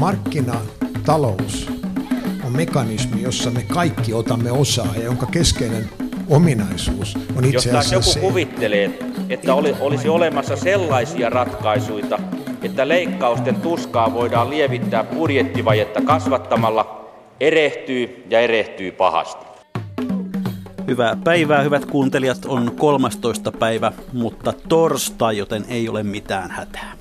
Markkinatalous on mekanismi, jossa me kaikki otamme osaa ja jonka keskeinen ominaisuus on itse asiassa jos joku kuvittelee, että olisi olemassa sellaisia ratkaisuja, että leikkausten tuskaa voidaan lievittää budjettivajetta kasvattamalla, erehtyy pahasti. Hyvää päivää, hyvät kuuntelijat. On 13. päivä, mutta torstai, joten ei ole mitään hätää.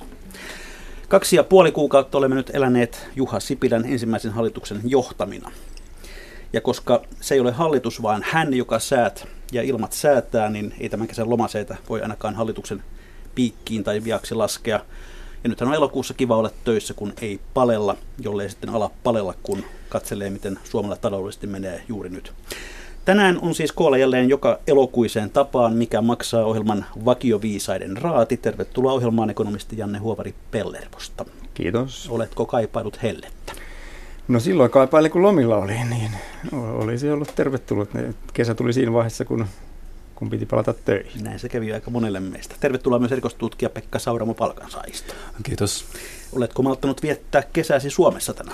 2,5 kuukautta olemme nyt eläneet Juha Sipilän ensimmäisen hallituksen johtamina. Ja koska se ei ole hallitus, vaan hän, joka säät ja ilmat säätää, niin ei tämän kesän lomaseitä voi ainakaan hallituksen piikkiin tai viaksi laskea. Ja nythän on elokuussa kiva olla töissä, kun ei palella, jollei sitten ala palella, kun katselee, miten Suomella taloudellisesti menee juuri nyt. Tänään on siis koolla jälleen joka elokuiseen tapaan, mikä maksaa ohjelman vakioviisaiden raati. Tervetuloa ohjelmaan ekonomisti Janne Huovari Pellervosta. Kiitos. Oletko kaipailut hellettä? No silloin kaipailin, kun lomilla oli, niin olisi ollut tervetullut. Kesä tuli siinä vaiheessa, kun piti palata töihin. Näin se kävi aika monelle meistä. Tervetuloa myös erikoistutkija Pekka Sauramo Palkansaajista. Kiitos. Oletko malttanut viettää kesäsi Suomessa tänä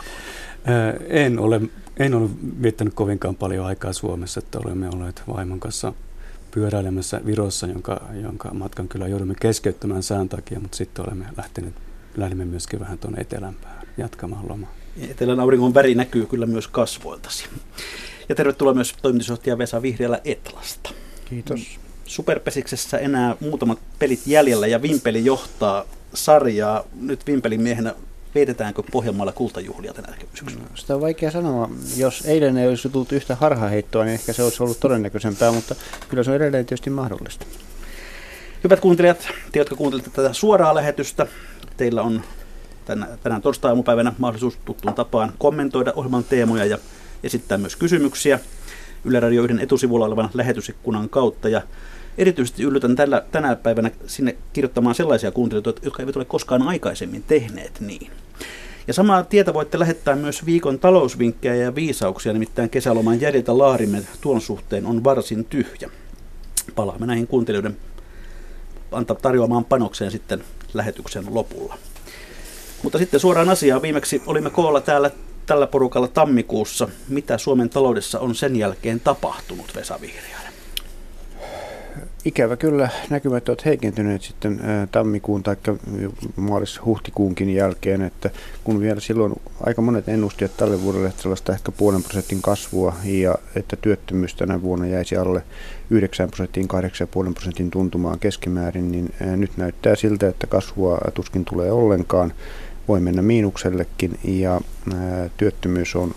vuonna? En ole viettänyt kovinkaan paljon aikaa Suomessa, että olemme olleet vaimon kanssa pyöräilemässä Virossa, jonka matkan kyllä joudumme keskeyttämään sään takia, mutta sitten lähdimme myöskin vähän tuonne etelämpään jatkamaan lomaa. Etelän auringon väri näkyy kyllä myös kasvoiltasi. Ja tervetuloa myös toimitusjohtaja Vesa Vihriälä Etlasta. Kiitos. Superpesiksessä enää muutamat pelit jäljellä ja Vimpeli johtaa sarjaa. Nyt Vimpelin miehenä vietetäänkö Pohjanmaalla kultajuhlia tänä syksynä? Sitä on vaikea sanoa. Jos eilen ei olisi tullut yhtä harhaheittoa, niin ehkä se olisi ollut todennäköisempää, mutta kyllä se on edelleen tietysti mahdollista. Hyvät kuuntelijat, te jotka kuuntelette tätä suoraa lähetystä, teillä on tänään torstai-aamupäivänä mahdollisuus tuttuun tapaan kommentoida ohjelman teemoja ja esittää myös kysymyksiä Yle Radio 1 etusivulla olevan lähetysikkunan kautta. Ja erityisesti yllytän tänä päivänä sinne kirjoittamaan sellaisia kuuntelijoita, jotka eivät ole koskaan aikaisemmin tehneet niin. Ja samaa tietä voitte lähettää myös viikon talousvinkkejä ja viisauksia, nimittäin kesäloman jäljiltä laarimme tuon suhteen on varsin tyhjä. Palaamme näihin kuuntelijoiden tarjoamaan panokseen sitten lähetyksen lopulla. Mutta sitten suoraan asiaan. Viimeksi olimme koolla tällä porukalla tammikuussa. Mitä Suomen taloudessa on sen jälkeen tapahtunut, Vesa Vihriälä? Ikävä kyllä näkymät ovat heikentyneet sitten tammikuun tai maalis-huhtikuunkin jälkeen, että kun vielä silloin aika monet ennustivat tälle vuodelle sellaista ehkä 0,5% kasvua ja että työttömyys tänä vuonna jäisi alle 9%, 8,5% tuntumaan keskimäärin, niin nyt näyttää siltä, että kasvua tuskin tulee ollenkaan. Voi mennä miinuksellekin ja työttömyys on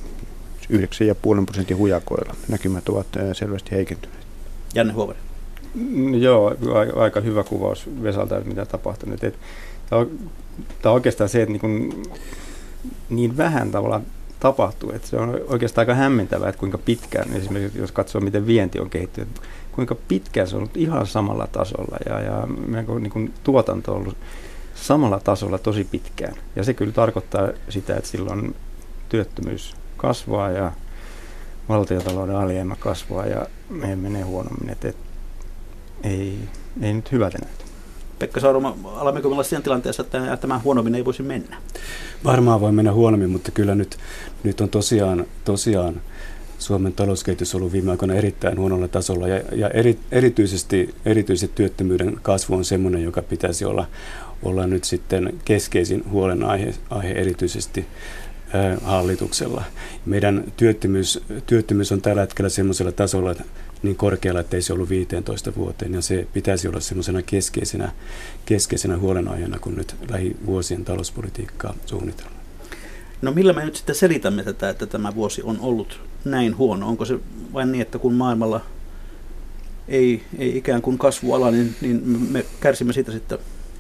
9,5% hujakoilla. Näkymät ovat selvästi heikentyneet. Janne Huovari. Joo, aika hyvä kuvaus Vesalta, että mitä tapahtuu nyt. Tämä on oikeastaan se, että niin vähän tavallaan tapahtuu. Että se on oikeastaan aika hämmentävää, että kuinka pitkään, esimerkiksi jos katsoo, miten vienti on kehittynyt, kuinka pitkään se on ollut ihan samalla tasolla ja niin kuin tuotanto on ollut samalla tasolla tosi pitkään. Ja se kyllä tarkoittaa sitä, että silloin työttömyys kasvaa ja valtiontalouden alijäämä kasvaa ja meidän menee huonommin. Että ei nyt hyvältä näytä. Pekka Sauramo, alammeko me olla siinä tilanteessa, että tämä huonommin ei voisi mennä? Varmaan voi mennä huonommin, mutta kyllä nyt on tosiaan Suomen talouskehitys on ollut viime aikoina erittäin huonolla tasolla ja erityisesti työttömyyden kasvu on semmoinen, joka pitäisi olla nyt sitten keskeisin huolenaihe erityisesti hallituksella. Meidän työttömyys on tällä hetkellä semmoisella tasolla niin korkealla, että ei se ollut 15 vuoteen ja se pitäisi olla semmoisena keskeisenä huolenaiheena, kun nyt lähivuosien talouspolitiikkaa suunnitellaan. No millä me nyt sitten selitämme tätä, että tämä vuosi on ollut näin huono? Onko se vain niin, että kun maailmalla ei ikään kuin kasvu ala, niin me kärsimme siitä sitten?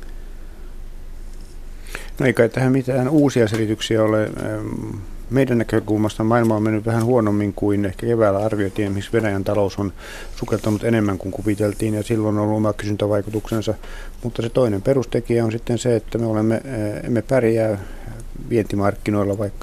No ei kai tähän mitään uusia selityksiä ole. Meidän näkökulmasta maailma on mennyt vähän huonommin kuin ehkä keväällä arvioitiin. Esimerkiksi Venäjän talous on sukeltanut enemmän kuin kuviteltiin ja silloin on ollut oma kysyntävaikutuksensa. Mutta se toinen perustekijä on sitten se, että emme pärjää vientimarkkinoilla, vaikka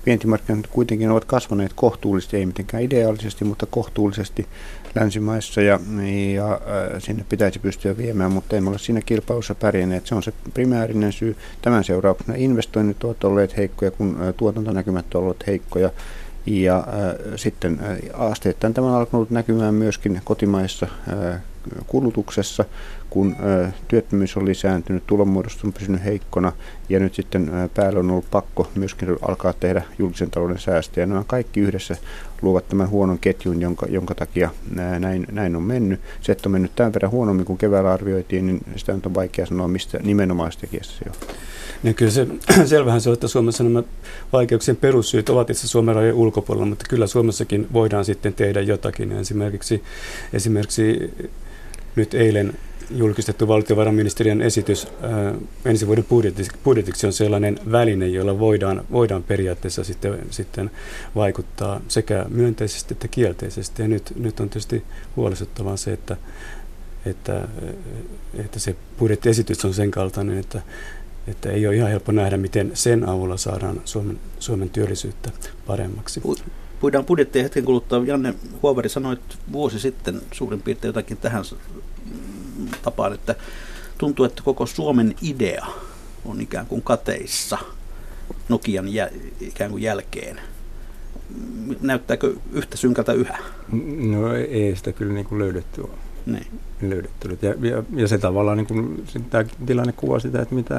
vientimarkkinat kuitenkin ovat kasvaneet kohtuullisesti, ei mitenkään ideaalisesti, mutta kohtuullisesti länsimaissa ja sinne pitäisi pystyä viemään, mutta emme ole siinä kilpailussa pärjänneet. Se on se primäärinen syy. Tämän seurauksena investoinnit ovat olleet heikkoja, kun tuotantonäkymät ovat olleet heikkoja. Ja sitten asteittain tämä on alkanut näkymään myöskin kotimaisessa kulutuksessa, kun työttömyys on lisääntynyt, tulonmuodostus on pysynyt heikkona ja nyt sitten päällä on ollut pakko myöskin alkaa tehdä julkisen talouden säästöjä. Nämä kaikki yhdessä luovat tämän huonon ketjun, jonka takia näin on mennyt. Se, että on mennyt tämän verran huonommin kuin keväällä arvioitiin, niin sitä on vaikea sanoa, mistä nimenomaisesti tekijästä se johtuu. Niin kyllä selvähän se on, että Suomessa nämä vaikeuksien perussyyt ovat itse Suomen rajojen ulkopuolella, mutta kyllä Suomessakin voidaan sitten tehdä jotakin. Esimerkiksi nyt eilen julkistettu valtiovarainministeriön esitys ensi vuoden budjetiksi on sellainen väline, jolla voidaan periaatteessa sitten vaikuttaa sekä myönteisesti että kielteisesti. Ja nyt on tietysti huolestuttavaa se, että se budjettiesitys on sen kaltainen, että ei ole ihan helppo nähdä, miten sen avulla saadaan Suomen työllisyyttä paremmaksi. Puidaan budjettia hetken kuluttua. Janne Huovari sanoi vuosi sitten suurin piirtein jotakin tähän tapaan, että tuntuu, että koko Suomen idea on ikään kuin kateissa Nokian ikään kuin jälkeen. Näyttääkö yhtä synkältä yhä? No ei sitä kyllä niin kuin löydetty ole. Niin. Ja se tavallaan, niin kuin, tämä tilanne kuvaa sitä, että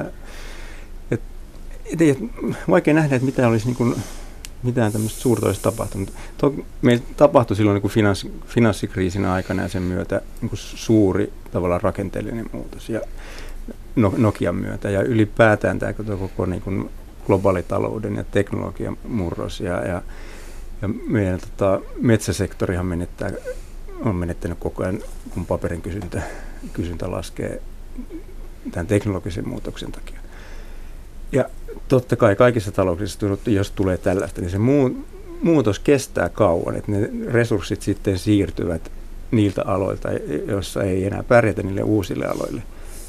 vaikea nähdä, että mitä olisi niin kuin, mitään tämmöistä suurta olisi tapahtunut. Meillä tapahtui silloin niin kuin finanssikriisin aikana ja sen myötä niin kuin suuri tavallaan rakenteellinen muutos ja Nokian myötä ja ylipäätään tämä koko niin kuin globaalitalouden ja teknologian murros ja meidän metsäsektorihan on menettänyt koko ajan, kun paperin kysyntä laskee tämän teknologisen muutoksen takia. Ja totta kai kaikissa talouksissa, jos tulee tällaista, niin se muutos kestää kauan, että ne resurssit sitten siirtyvät niiltä aloilta, joissa ei enää pärjätä niille uusille aloille.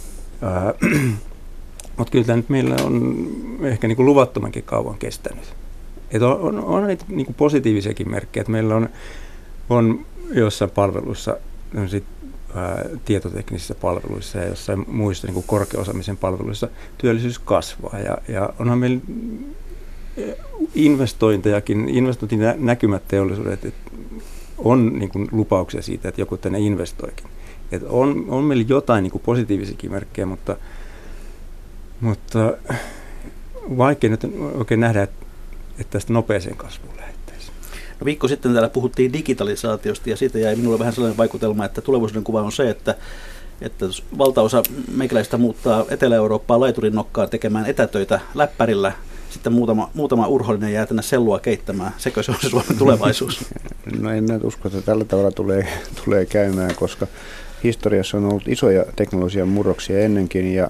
Mutta kyllä tämä nyt meillä on ehkä niin kuin luvattomankin kauan kestänyt. Että on niitä niin kuin positiivisiakin merkkejä, että meillä on jossain palveluissa, tietoteknisissä palveluissa ja jossain muissa niin kuin korkeaosaamisen palveluissa työllisyys kasvaa. Ja onhan meillä investointinäkymät teollisuudet, on niin kuin lupauksia siitä, että joku tänne investoikin. Että on meillä jotain niin kuin positiivisiakin merkkejä, mutta vaikea nyt oikein nähdä, että tästä nopeeseen kasvuun lähettäisiin. No viikko sitten täällä puhuttiin digitalisaatiosta ja siitä jäi minulle vähän sellainen vaikutelma, että tulevaisuuden kuva on se, että valtaosa meikäläistä muuttaa Etelä-Eurooppaan laiturin nokkaan tekemään etätöitä läppärillä. Sitten muutama urhollinen jää tänne sellua keittämään. Sekö se on se Suomen tulevaisuus? No en minä usko, että tällä tavalla tulee käymään, koska historiassa on ollut isoja teknologisia murroksia ennenkin ja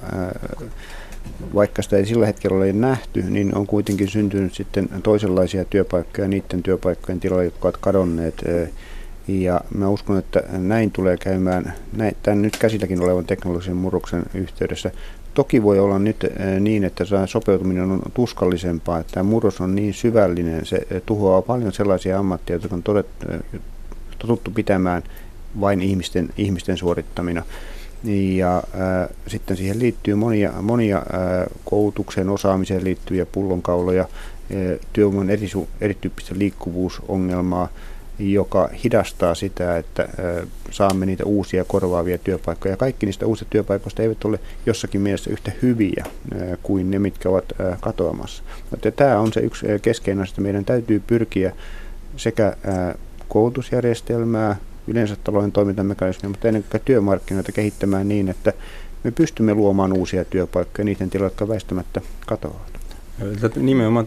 vaikka sitä ei sillä hetkellä ole nähty, niin on kuitenkin syntynyt sitten toisenlaisia työpaikkoja niiden työpaikkojen tilalle, jotka ovat kadonneet. Ja mä uskon, että näin tulee käymään tämän nyt käsilläkin olevan teknologisen murroksen yhteydessä. Toki voi olla nyt niin, että sopeutuminen on tuskallisempaa, että tämä murros on niin syvällinen, se tuhoaa paljon sellaisia ammatteja, jotka on totuttu pitämään vain ihmisten suorittamina. Ja sitten siihen liittyy monia koulutukseen, osaamiseen liittyviä pullonkauloja, työvoiman erityyppistä liikkuvuusongelmaa, joka hidastaa sitä, että saamme niitä uusia korvaavia työpaikkoja. Ja kaikki niistä uusista työpaikoista eivät ole jossakin mielessä yhtä hyviä kuin ne, mitkä ovat katoamassa. Mutta tämä on se yksi keskeinen asia, että meidän täytyy pyrkiä sekä koulutusjärjestelmää, yleensä talouden toimintamekanismia, mutta ennen kaikkea työmarkkinoita kehittämään niin, että me pystymme luomaan uusia työpaikkoja niiden tiloille, jotka väistämättä katoavat. Nimenomaan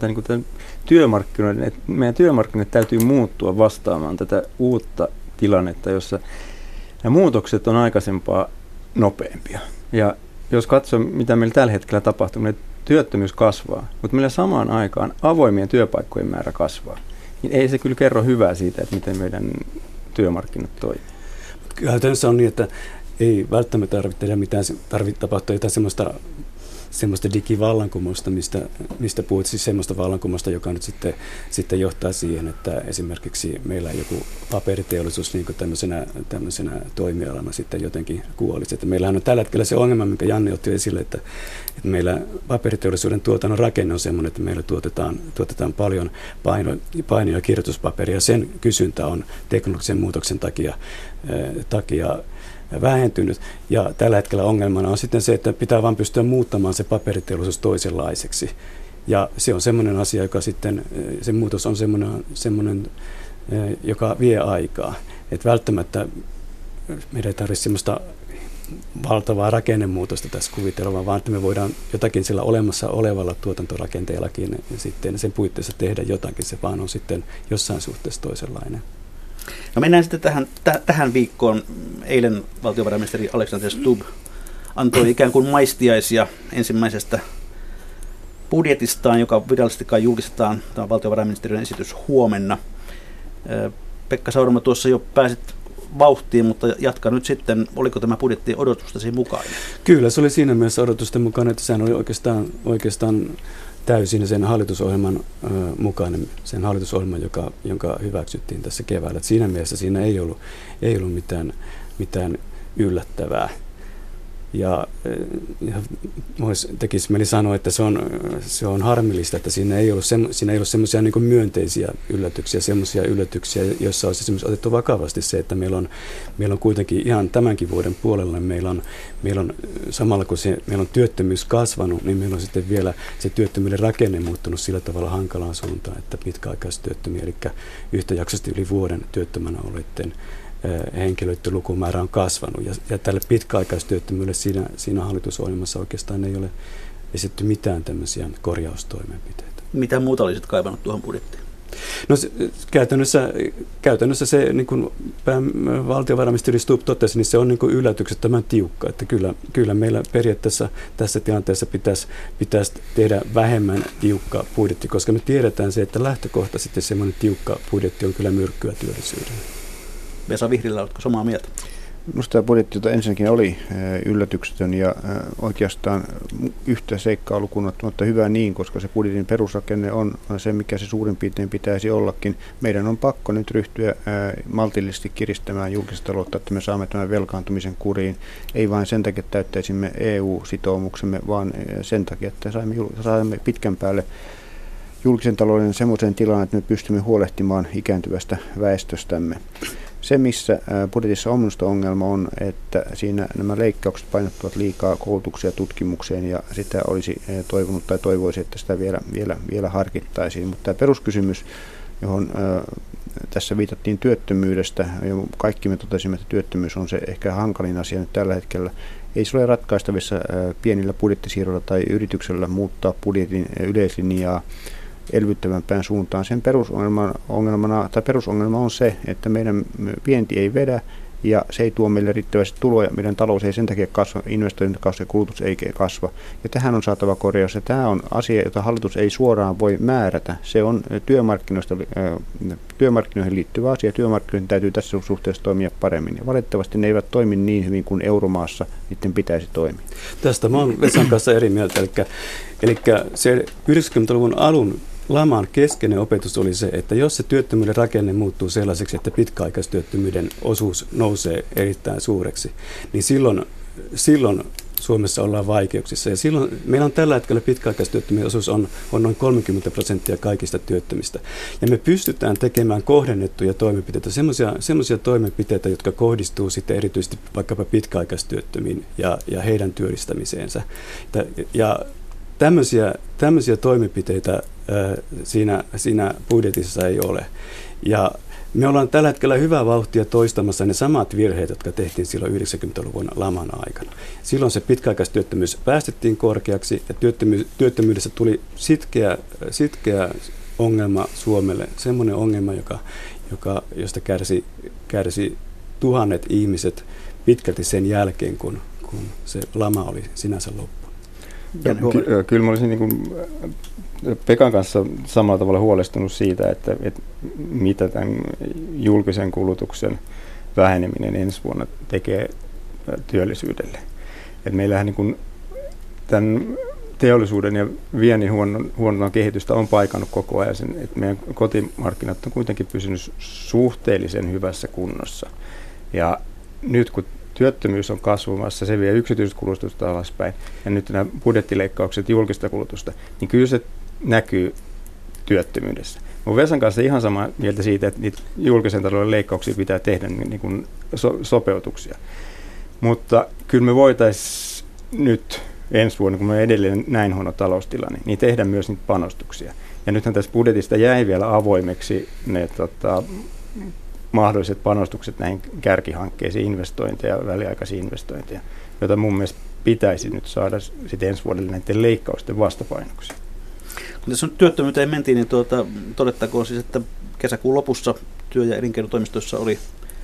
meidän työmarkkinoiden täytyy muuttua vastaamaan tätä uutta tilannetta, jossa nämä muutokset on aikaisempaa nopeampia. Ja jos katsoo, mitä meillä tällä hetkellä tapahtuu, niin työttömyys kasvaa, mutta meillä samaan aikaan avoimien työpaikkojen määrä kasvaa. Niin ei se kyllä kerro hyvää siitä, että miten meidän työmarkkinat toimii. Käytännössä on niin, että ei välttämättä tarvitse tehdä mitään, tapahtua jotain sellaista semmoista digivallankumousta, mistä puhut, siis semmoista vallankumousta, joka nyt sitten johtaa siihen, että esimerkiksi meillä joku paperiteollisuus niin kuin tämmöisenä toimialana sitten jotenkin kuolisi. Että meillähän on tällä hetkellä se ongelma, minkä Janne otti esille, että meillä paperiteollisuuden tuotannon rakenne on semmoinen, että meillä tuotetaan paljon paino- ja kirjoituspaperia. Sen kysyntä on teknologisen muutoksen takia vähentynyt. Ja tällä hetkellä ongelmana on sitten se, että pitää vain pystyä muuttamaan se paperiteollisuus toisenlaiseksi. Ja se on semmoinen asia, joka sitten, se muutos on semmoinen joka vie aikaa. Että välttämättä meidän ei tarvitse semmoista valtavaa rakennemuutosta tässä kuvitella, vaan että me voidaan jotakin sillä olemassa olevalla tuotantorakenteellakin sitten sen puitteissa tehdä jotakin. Se vaan on sitten jossain suhteessa toisenlainen. No mennään sitten tähän viikkoon. Eilen valtiovarainministeri Alexander Stubb antoi ikään kuin maistiaisia ensimmäisestä budjetistaan, joka virallisesti kai julkistetaan. Tämä on valtiovarainministeriön esitys huomenna. Pekka Sauramo, tuossa jo pääsit vauhtiin, mutta jatka nyt sitten. Oliko tämä budjetti odotustasi mukainen? Kyllä, se oli siinä mielessä odotusten mukainen, että sehän oli oikeastaan täysin sen hallitusohjelman mukainen, sen hallitusohjelman, jonka hyväksyttiin tässä keväällä. Et siinä mielessä siinä ei ollut mitään yllättävää. Ja tekisi mieli sanoa, että se on harmillista, että siinä ei ollut semmoisia niin kuin myönteisiä yllätyksiä, semmoisia yllätyksiä, joissa olisi esimerkiksi otettu vakavasti se, että meillä on kuitenkin ihan tämänkin vuoden puolella, meillä on samalla kun meillä on työttömyys kasvanut, niin meillä on sitten vielä se työttömyyden rakenne muuttunut sillä tavalla hankalaan suuntaan, että pitkäaikaistyöttömiä, eli yhtäjaksoisesti yli vuoden työttömänä olleiden henkilöiden lukumäärä on kasvanut. Ja tälle pitkäaikaistyöttömyydelle siinä hallitusohjelmassa oikeastaan ei ole esitetty mitään tämmöisiä korjaustoimenpiteitä. Mitä muuta olisit kaivannut tuohon budjettiin? No käytännössä se, niin kuin valtiovarainministeri Stubb totesi, niin se on niin kuin yllätyksettömän tiukka. Että kyllä meillä periaatteessa tässä tilanteessa pitäisi tehdä vähemmän tiukka budjetti, koska me tiedetään se, että lähtökohtaisesti semmoinen tiukka budjetti on kyllä myrkkyä työllisyydelle. Vesa Vihrilä, oletko samaa mieltä? Minusta tämä budjetti, jota ensinnäkin oli yllätyksetön ja oikeastaan yhtä seikkaa lukuun ottamatta hyvä niin, koska se budjetin perusrakenne on se, mikä se suurin piirtein pitäisi ollakin. Meidän on pakko nyt ryhtyä maltillisesti kiristämään julkista taloutta, että me saamme tämän velkaantumisen kuriin. Ei vain sen takia, että täyttäisimme EU-sitoumuksemme, vaan sen takia, että saamme pitkän päälle julkisen talouden semmoiseen tilaan, että me pystymme huolehtimaan ikääntyvästä väestöstämme. Se, missä budjetissa on minusta ongelma on, että siinä nämä leikkaukset painottuvat liikaa koulutukseen ja tutkimukseen, ja sitä olisi toivonut tai toivoisi, että sitä vielä harkittaisiin. Mutta tämä peruskysymys, johon tässä viitattiin työttömyydestä, ja kaikki me totesimme, että työttömyys on se ehkä hankalin asia nyt tällä hetkellä. Ei se ole ratkaistavissa pienillä budjettisiirroilla tai yrityksellä muuttaa budjetin yleislinjaa elvyttävämpään suuntaan. Sen perusongelma on se, että meidän vienti ei vedä ja se ei tuo meille riittävästi tuloja. Meidän talous ei sen takia kasva, investointi kasva ja kulutus ei kasva. Ja tähän on saatava korjaus. Ja tämä on asia, jota hallitus ei suoraan voi määrätä. Se on työmarkkinoihin liittyvä asia. Työmarkkinoihin täytyy tässä suhteessa toimia paremmin. Ja valitettavasti ne eivät toimi niin hyvin kuin euromaassa niiden pitäisi toimia. Tästä mä olen Vesan kanssa eri mieltä. Eli se 90-luvun alun laman keskeinen opetus oli se, että jos se työttömyyden rakenne muuttuu sellaiseksi, että pitkäaikaistyöttömyyden osuus nousee erittäin suureksi, niin silloin Suomessa ollaan vaikeuksissa. Ja silloin meillä on tällä hetkellä pitkäaikaistyöttömyyden osuus on noin 30% kaikista työttömistä. Ja me pystytään tekemään kohdennettuja toimenpiteitä, semmoisia toimenpiteitä, jotka kohdistuu sitten erityisesti vaikkapa pitkäaikaistyöttömiin ja heidän työllistämiseensä. Ja tämmöisiä toimenpiteitä siinä budjetissa ei ole. Ja me ollaan tällä hetkellä hyvää vauhtia toistamassa ne samat virheet, jotka tehtiin silloin 90-luvun laman aikana. Silloin se pitkäaikaistyöttömyys päästettiin korkeaksi ja työttömyydessä tuli sitkeä ongelma Suomelle. Semmoinen ongelma, josta kärsi tuhannet ihmiset pitkälti sen jälkeen, kun se lama oli sinänsä loppu. Kyllä mä olisin niin kuin Pekan kanssa samalla tavalla huolestunut siitä, että mitä tämän julkisen kulutuksen väheneminen ensi vuonna tekee työllisyydelle. Et meillähän niin kuin tämän teollisuuden ja viennin huonoa kehitystä on paikannut koko ajan sen, että meidän kotimarkkinat on kuitenkin pysynyt suhteellisen hyvässä kunnossa. Ja nyt kun työttömyys on kasvamassa, se vie yksityiset kulutusta alaspäin ja nyt nämä budjettileikkaukset julkista kulutusta, niin kyllä se näkyy työttömyydessä. Olen Vesan kanssa ihan samaa mieltä siitä, että niitä julkisen talouden leikkauksia pitää tehdä niin kuin sopeutuksia. Mutta kyllä me voitaisiin nyt ensi vuonna, kun me on edelleen näin huono taloustilanne, niin tehdä myös niitä panostuksia. Ja nythän tässä budjetista jäi vielä avoimeksi ne mahdolliset panostukset näihin kärkihankkeisiin, investointeja, väliaikaisia investointeja, joita mun mielestä pitäisi nyt saada sitten ensi vuodelle näiden leikkausten vastapainoksi. Kun tässä nyt työttömyyteen mentiin, niin todettakoon siis, että kesäkuun lopussa työ- ja elinkeinotoimistoissa oli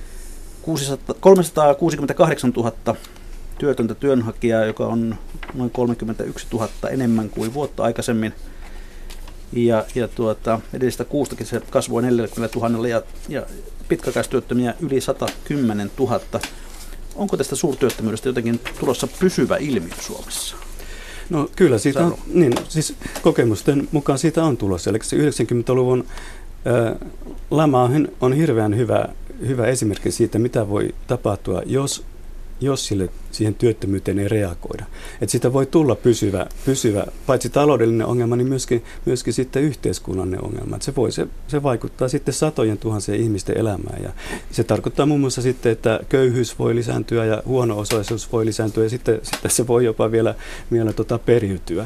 368 000 työtöntä työnhakijaa, joka on noin 31 000 enemmän kuin vuotta aikaisemmin. Ja edellisestä kuustakin se kasvoi 40 000 ja pitkäaikaistyöttömiä yli 110 000. Onko tästä suurtyöttömyydestä jotenkin tulossa pysyvä ilmiö Suomessa? No kyllä siitä on, niin, siis kokemusten mukaan siitä on tulossa. Eli se 90-luvun lama on hirveän hyvä esimerkki siitä, mitä voi tapahtua, jos siihen työttömyyteen ei reagoida. Että siitä voi tulla pysyvä paitsi taloudellinen ongelma, niin myöskin sitten yhteiskunnallinen ongelma. Että se vaikuttaa sitten satojen tuhansien ihmisten elämään. Ja se tarkoittaa muun muassa sitten, että köyhyys voi lisääntyä ja huono-osaisuus voi lisääntyä ja sitten se voi jopa vielä periytyä.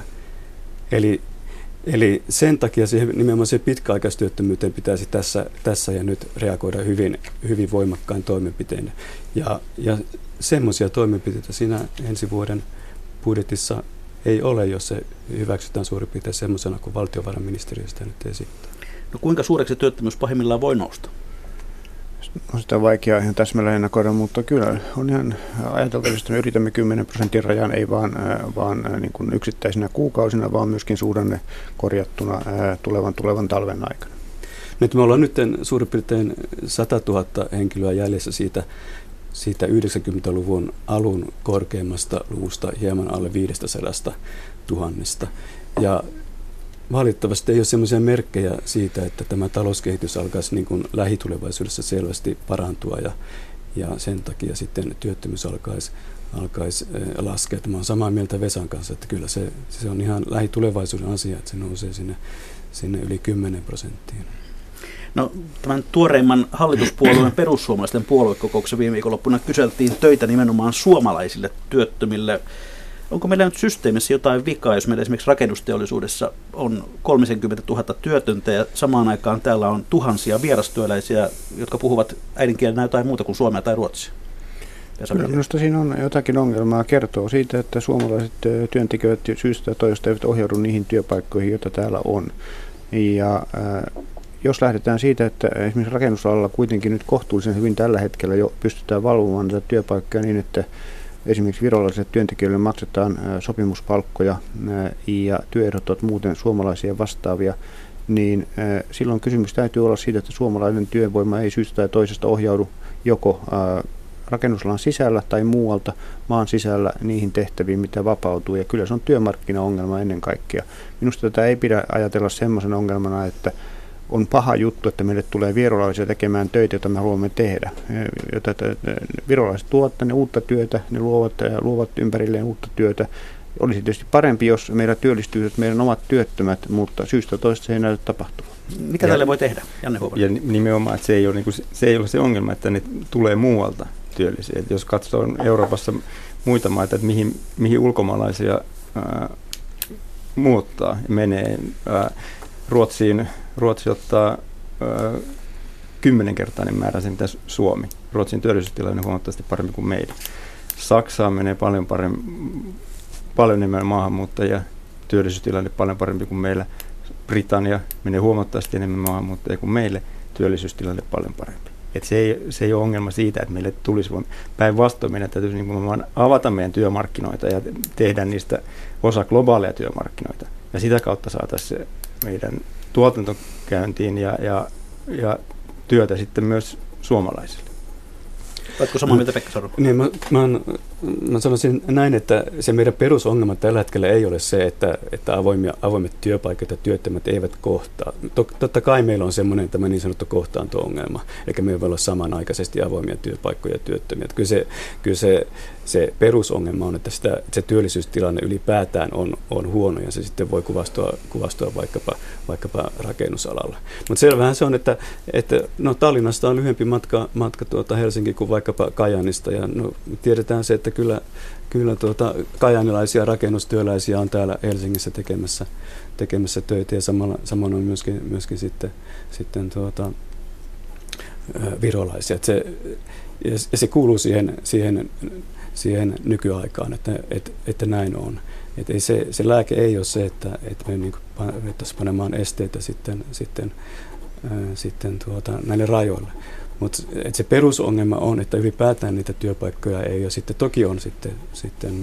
Eli sen takia nimenomaan siihen pitkäaikaistyöttömyyteen pitäisi tässä ja nyt reagoida hyvin voimakkain toimenpitein. Ja semmoisia toimenpiteitä siinä ensi vuoden budjetissa ei ole, jos se hyväksytään suurin piirtein semmoisena kuin valtiovarainministeriö sitä nyt esittää. No kuinka suureksi työttömyys pahimmillaan voi nousta? On sitä vaikea ihan täsmälleen ennakoida, mutta kyllä on ihan ajateltavissa, että me yritämme 10% rajan, ei vaan niin kuin yksittäisinä kuukausina, vaan myöskin suhdanne korjattuna tulevan talven aikana. Nyt me ollaan nyt suurin piirtein 100 000 henkilöä jäljessä siitä 90-luvun alun korkeimmasta luvusta hieman alle 500 000. Ja valitettavasti ei ole sellaisia merkkejä siitä, että tämä talouskehitys alkaisi niin kuin lähitulevaisuudessa selvästi parantua ja sen takia sitten työttömyys alkaisi laskea. Mä olen samaa mieltä Vesan kanssa, että kyllä se on ihan lähitulevaisuuden asia, että se nousee sinne yli 10%. No, tämän tuoreimman hallituspuolueen perussuomalaisten puoluekokouksen viime viikonloppuna kyseltiin töitä nimenomaan suomalaisille työttömille. Onko meillä nyt systeemissä jotain vikaa, jos meillä esimerkiksi rakennusteollisuudessa on 30 000 työtöntä ja samaan aikaan täällä on tuhansia vierastyöläisiä, jotka puhuvat äidinkielenä jotain muuta kuin suomea tai ruotsia? Minusta siinä on jotakin ongelmaa. Kertoo siitä, että suomalaiset työntekijät syystä tai toisesta eivät ohjaudu niihin työpaikkoihin, joita täällä on. Ja jos lähdetään siitä, että esimerkiksi rakennusalalla kuitenkin nyt kohtuullisen hyvin tällä hetkellä jo pystytään valvomaan näitä työpaikkoja niin, että esimerkiksi virolaisille työntekijöille maksetaan sopimuspalkkoja ja työehdot ovat muuten suomalaisia vastaavia, niin silloin kysymys täytyy olla siitä, että suomalainen työvoima ei syystä tai toisesta ohjaudu joko rakennusalan sisällä tai muualta maan sisällä niihin tehtäviin, mitä vapautuu. Ja kyllä se on työmarkkinaongelma ennen kaikkea. Minusta tätä ei pidä ajatella semmoisen ongelmana, että on paha juttu, että meille tulee virolaisia tekemään töitä, joita me haluamme tehdä. Virolaiset tuovat tänne uutta työtä, ne luovat ympärilleen uutta työtä. Olisi tietysti parempi, jos meillä työllistyisivät meidän omat työttömät, mutta syystä toista se ei näytä tapahtuvan. Mitä tälle voi tehdä, Janne Huopanen? Ja nimenomaan, että se ei ole se ongelma, että ne tulee muualta työllisiä. Et jos katsoo Euroopassa muita maita, että mihin ulkomaalaisia muuttaa ja menee. Ruotsi ottaa 10-kertainen määrä sen, mitä Suomi. Ruotsin työllisyystilanne on huomattavasti parempi kuin meidän. Saksaan menee paljon enemmän maahanmuuttajia, työllisyystilanne paljon parempi kuin meillä. Britannia menee huomattavasti enemmän maahanmuuttajia kuin meille, työllisyystilanne paljon parempi. Et se ei ole ongelma siitä, että meille tulisi päinvastoin. Meidän täytyisi niin avata meidän työmarkkinoita ja tehdä niistä osa globaaleja työmarkkinoita. Ja sitä kautta saataisiin se meidän tuotantokäyntiin ja työtä sitten myös suomalaisille. Oletko samaa mieltä, Pekka Sarvo? Niin, mä oon mä sanoisin näin, että se meidän perusongelma tällä hetkellä ei ole se, että avoimet työpaikat ja työttömät eivät kohtaa. Totta kai meillä on semmoinen tämä niin sanottu kohtaanto-ongelma, eikä meillä voi olla samanaikaisesti avoimia työpaikkoja ja työttömiä. Kyllä se perusongelma on, että se työllisyystilanne ylipäätään on huono ja se sitten voi kuvastua vaikkapa rakennusalalla. Mutta selvähän se on, että Tallinnasta on lyhyempi matka Helsinkiin kuin vaikkapa Kajaanista ja tiedetään se, että kyllä kajaanilaisia rakennustyöläisiä on täällä Helsingissä tekemässä töitä ja samoin on myöskin sitten virolaisia. Se kuuluu siihen nykyaikaan, että näin on. Että se lääke ei ole se, että me niin ruvettaisiin panemaan esteitä sitten näille rajoille. Mutta se perusongelma on, että ylipäätään niitä työpaikkoja ei ole. Sitten toki on sitten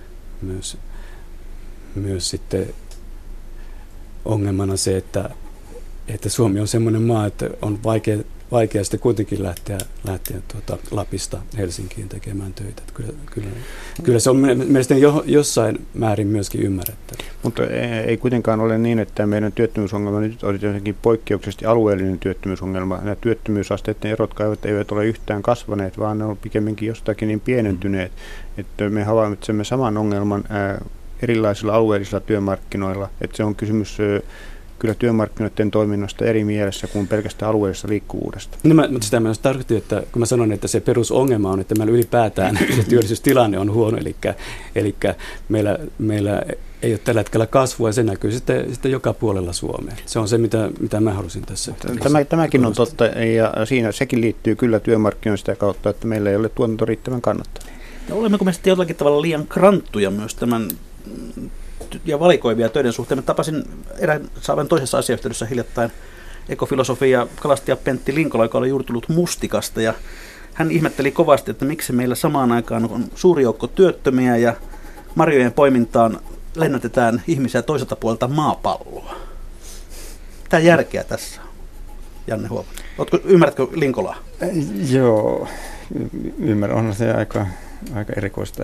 myös sitten ongelmana se, että Suomi on semmoinen maa, että on vaikea sitten kuitenkin lähteä Lapista Helsinkiin tekemään töitä. Kyllä se on mielestäni jossain määrin myöskin ymmärrettävä. Mutta ei kuitenkaan ole niin, että meidän työttömyysongelma nyt olisi jotenkin poikkeuksellisesti alueellinen työttömyysongelma. Nämä työttömyysasteiden erot eivät ole yhtään kasvaneet, vaan ne on pikemminkin jostakin niin pienentyneet, että me havaitsemme saman ongelman erilaisilla alueellisilla työmarkkinoilla, että se on kysymys kyllä työmarkkinoiden toiminnasta eri mielessä kuin pelkästään alueellisesta liikkuvuudesta. Mutta sitä mä tarkoitin, että kun mä sanon, että se perusongelma on, että meillä ylipäätään se työllisyystilanne on huono, eli meillä ei ole tällä hetkellä kasvua ja se näkyy sitten joka puolella Suomea. Se on se, mitä mä halusin tässä. Tämäkin on totta ja siinä sekin liittyy kyllä työmarkkinoiden sitä kautta, että meillä ei ole tuotanto riittävän kannattavaa. Ja olemmeko me sitten jollakin tavalla liian kranttuja myös tämän ja valikoivia töiden suhteen? Mä tapasin erään saavan toisessa asiayhteydessä hiljattain ekofilosofi ja kalastaja Pentti Linkola, joka oli juuri tullut Mustikasta, ja hän ihmetteli kovasti, että miksi meillä samaan aikaan on suuri joukko työttömiä ja marjojen poimintaan lennätetään ihmisiä toiselta puolelta maapalloa. Mitä järkeä tässä on, Janne Huopanen? Ymmärrätkö Linkolaa? Joo, ymmärrän. On se aika erikoista,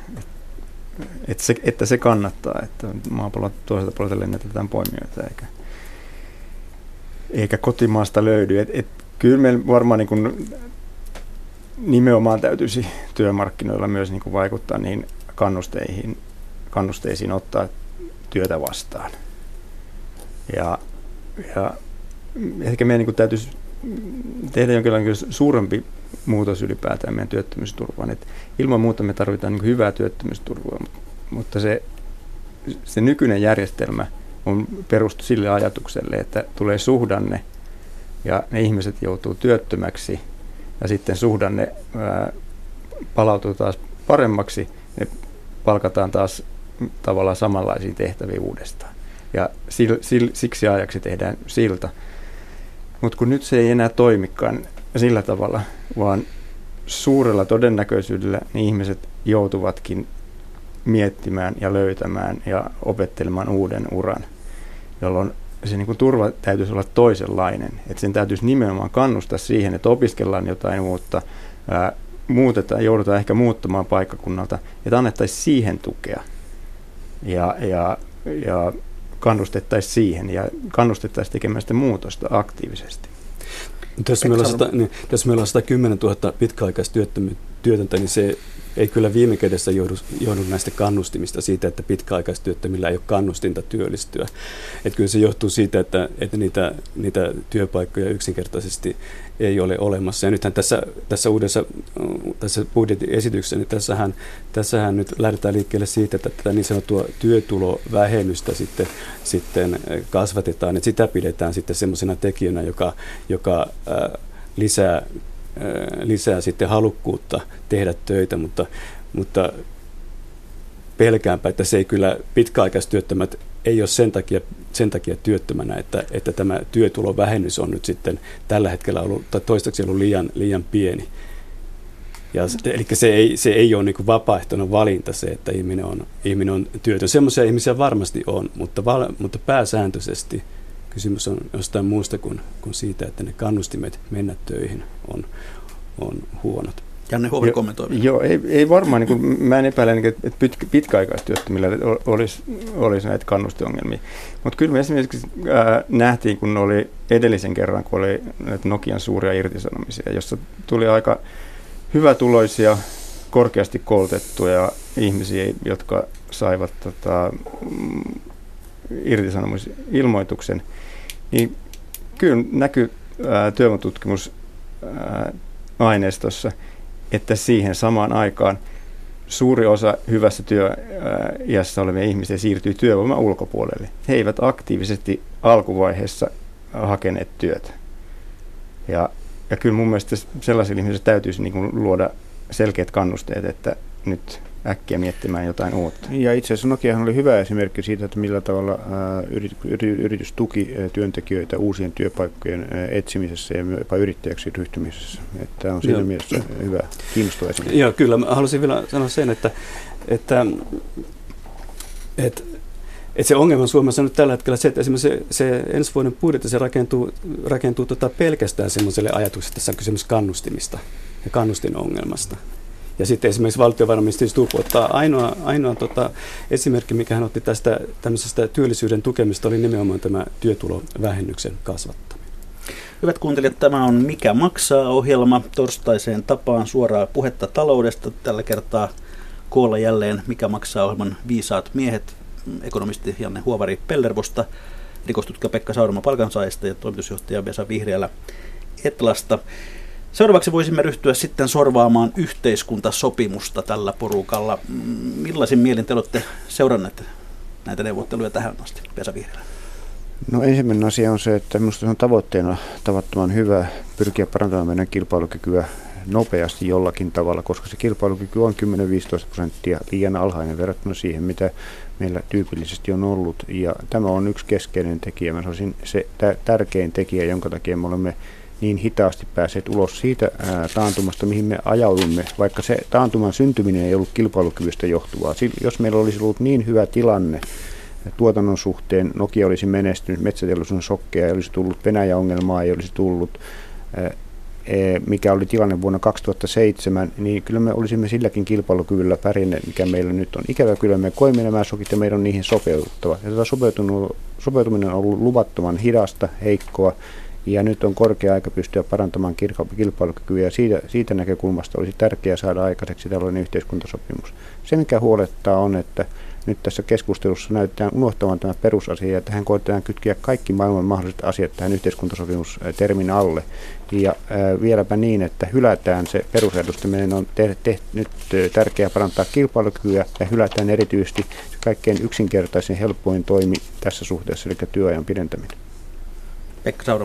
että se kannattaa, että maapallon toiselta puolelta lennätetään poimijoita eikä kotimaasta löydy. Kyllä meillä varmaan niin kuin nimenomaan täytyisi työmarkkinoilla myös niin kuin vaikuttaa niihin kannusteisiin ottaa työtä vastaan. Ja ehkä meidän niin kuin täytyisi tehdä jonkinlainen suurempi muutos ylipäätään meidän työttömyysturvaan. Et ilman muuta me tarvitaan niin hyvää työttömyysturvaa, mutta se nykyinen järjestelmä on perustu sille ajatukselle, että tulee suhdanne ja ne ihmiset joutuu työttömäksi ja sitten suhdanne palautuu taas paremmaksi, ne palkataan taas tavallaan samanlaisiin tehtäviin uudestaan. Ja siksi ajaksi tehdään silta. Mutta kun nyt se ei enää toimikaan sillä tavalla, vaan suurella todennäköisyydellä niin ihmiset joutuvatkin miettimään ja löytämään ja opettelemaan uuden uran, jolloin se niin kuin turva täytyisi olla toisenlainen. Että sen täytyisi nimenomaan kannustaa siihen, että opiskellaan jotain uutta, joudutaan ehkä muuttamaan paikkakunnalta, että annettaisiin siihen tukea ja kannustettaisiin siihen ja kannustettaisiin tekemään sitä muutosta aktiivisesti. Jos meillä on 110 000 pitkäaikaistyötöntä, niin se ei kyllä viime kädessä johdu näistä kannustimista siitä, että pitkäaikaistyöttömillä ei ole kannustinta työllistyä. Että kyllä se johtuu siitä, että niitä työpaikkoja yksinkertaisesti ei ole olemassa. Ja nythän tässä budjettiesityksessä, niin tässähän nyt lähdetään liikkeelle siitä, että tätä niin sanottua työtulovähennystä sitten kasvatetaan, että sitä pidetään sitten semmoisena tekijänä, joka lisää sitten halukkuutta tehdä töitä, mutta pelkäänpä, että se ei kyllä pitkäaikaistyöttömät ei ole sen takia työttömänä, että tämä työtulovähennys on nyt sitten tällä hetkellä ollut, tai toistaiseksi ollut liian pieni. Eli se ei ole niin kuin vapaaehtoinen valinta se, että ihminen on työtön. Semmoisia ihmisiä varmasti on, mutta pääsääntöisesti kysymys on jostain muusta kuin siitä, että ne kannustimet mennä töihin on huonot. Janne Huovinen kommentoi. Joo, ei varmaan, niin kuin, mä en epäile, että pitkäaikaistyöttömillä olisi näitä kannustinongelmia. Mutta kyllä me esimerkiksi nähtiin, kun oli edellisen kerran, kun oli näitä Nokian suuria irtisanomisia, jossa tuli aika hyvätuloisia, korkeasti koulutettuja ihmisiä, jotka saivat irtisanomisilmoituksen, niin kyllä näkyy työvoimatutkimusaineistossa, että siihen samaan aikaan suuri osa hyvässä työiässä olevia ihmisiä siirtyy työvoiman ulkopuolelle. He eivät aktiivisesti alkuvaiheessa hakeneet työtä. Ja kyllä mun mielestä sellaisille ihmisille täytyisi niin kuin luoda selkeät kannusteet, että nyt äkkiä miettimään jotain uutta. Ja itse asiassa Nokiahan oli hyvä esimerkki siitä, että millä tavalla yritys tuki työntekijöitä uusien työpaikkojen etsimisessä ja jopa yrittäjäksi ryhtymisessä. Tämä on siinä mielessä hyvä, kiinnostava esimerkki. Joo, kyllä. Mä haluaisin vielä sanoa sen, että se ongelma Suomessa on nyt tällä hetkellä se, että esimerkiksi se ensi vuoden budjetti se rakentuu pelkästään semmoiselle ajatukselle, että tässä on kysymys kannustimista ja kannustinongelmasta. Ja sitten esimerkiksi valtiovarainministeri Stubb ottaa ainoa esimerkki, mikä hän otti tästä tämmöisestä työllisyyden tukemista, oli nimenomaan tämä työtulovähennyksen kasvattaminen. Hyvät kuuntelijat, tämä on Mikä maksaa -ohjelma torstaiseen tapaan suoraa puhetta taloudesta. Tällä kertaa koolla jälleen Mikä maksaa -ohjelman viisaat miehet, ekonomisti Janne Huovari Pellervosta, rikostutkija Pekka Sauramo Palkansaajista ja toimitusjohtaja Vesa Vihriälä Etlasta. Seuraavaksi voisimme ryhtyä sitten sorvaamaan yhteiskuntasopimusta tällä porukalla. Millaisin mielin te olette seuranneet näitä neuvotteluja tähän asti, Vesa Vihriälä? No ensimmäinen asia on se, että minusta se on tavoitteena tavattoman hyvä pyrkiä parantamaan meidän kilpailukykyä nopeasti jollakin tavalla, koska se kilpailukyky on 10-15% liian alhainen verrattuna siihen, mitä meillä tyypillisesti on ollut. Ja tämä on yksi keskeinen tekijä. Mä sanoisin se tärkein tekijä, jonka takia me olemme niin hitaasti päässeet ulos siitä taantumasta, mihin me ajaudumme, vaikka se taantuman syntyminen ei ollut kilpailukyvystä johtuvaa. Jos meillä olisi ollut niin hyvä tilanne tuotannon suhteen, Nokia olisi menestynyt, metsäteollisuuden shokkeja, ei olisi tullut Venäjä-ongelmaa, ei olisi tullut, mikä oli tilanne vuonna 2007, niin kyllä me olisimme silläkin kilpailukyvyllä pärjänneet, mikä meillä nyt on. Ikävä kyllä me koimme nämä shokit ja meidän on niihin sopeuduttava. Ja tätä sopeutuminen on ollut luvattoman hidasta, heikkoa, ja nyt on korkea aika pystyä parantamaan kilpailukykyä, ja siitä näkökulmasta olisi tärkeää saada aikaiseksi tällainen yhteiskuntasopimus. Se, mikä huolettaa, on, että nyt tässä keskustelussa näytetään unohtavan tämä perusasia, ja tähän koetetaan kytkeä kaikki maailman mahdolliset asiat tähän yhteiskuntasopimustermin alle. Ja vieläpä niin, että hylätään se perusajatus, että meidän on nyt tärkeää parantaa kilpailukykyä, ja hylätään erityisesti se kaikkein yksinkertaisin helpoin toimi tässä suhteessa, eli työajan pidentäminen. Pekka Sauramo.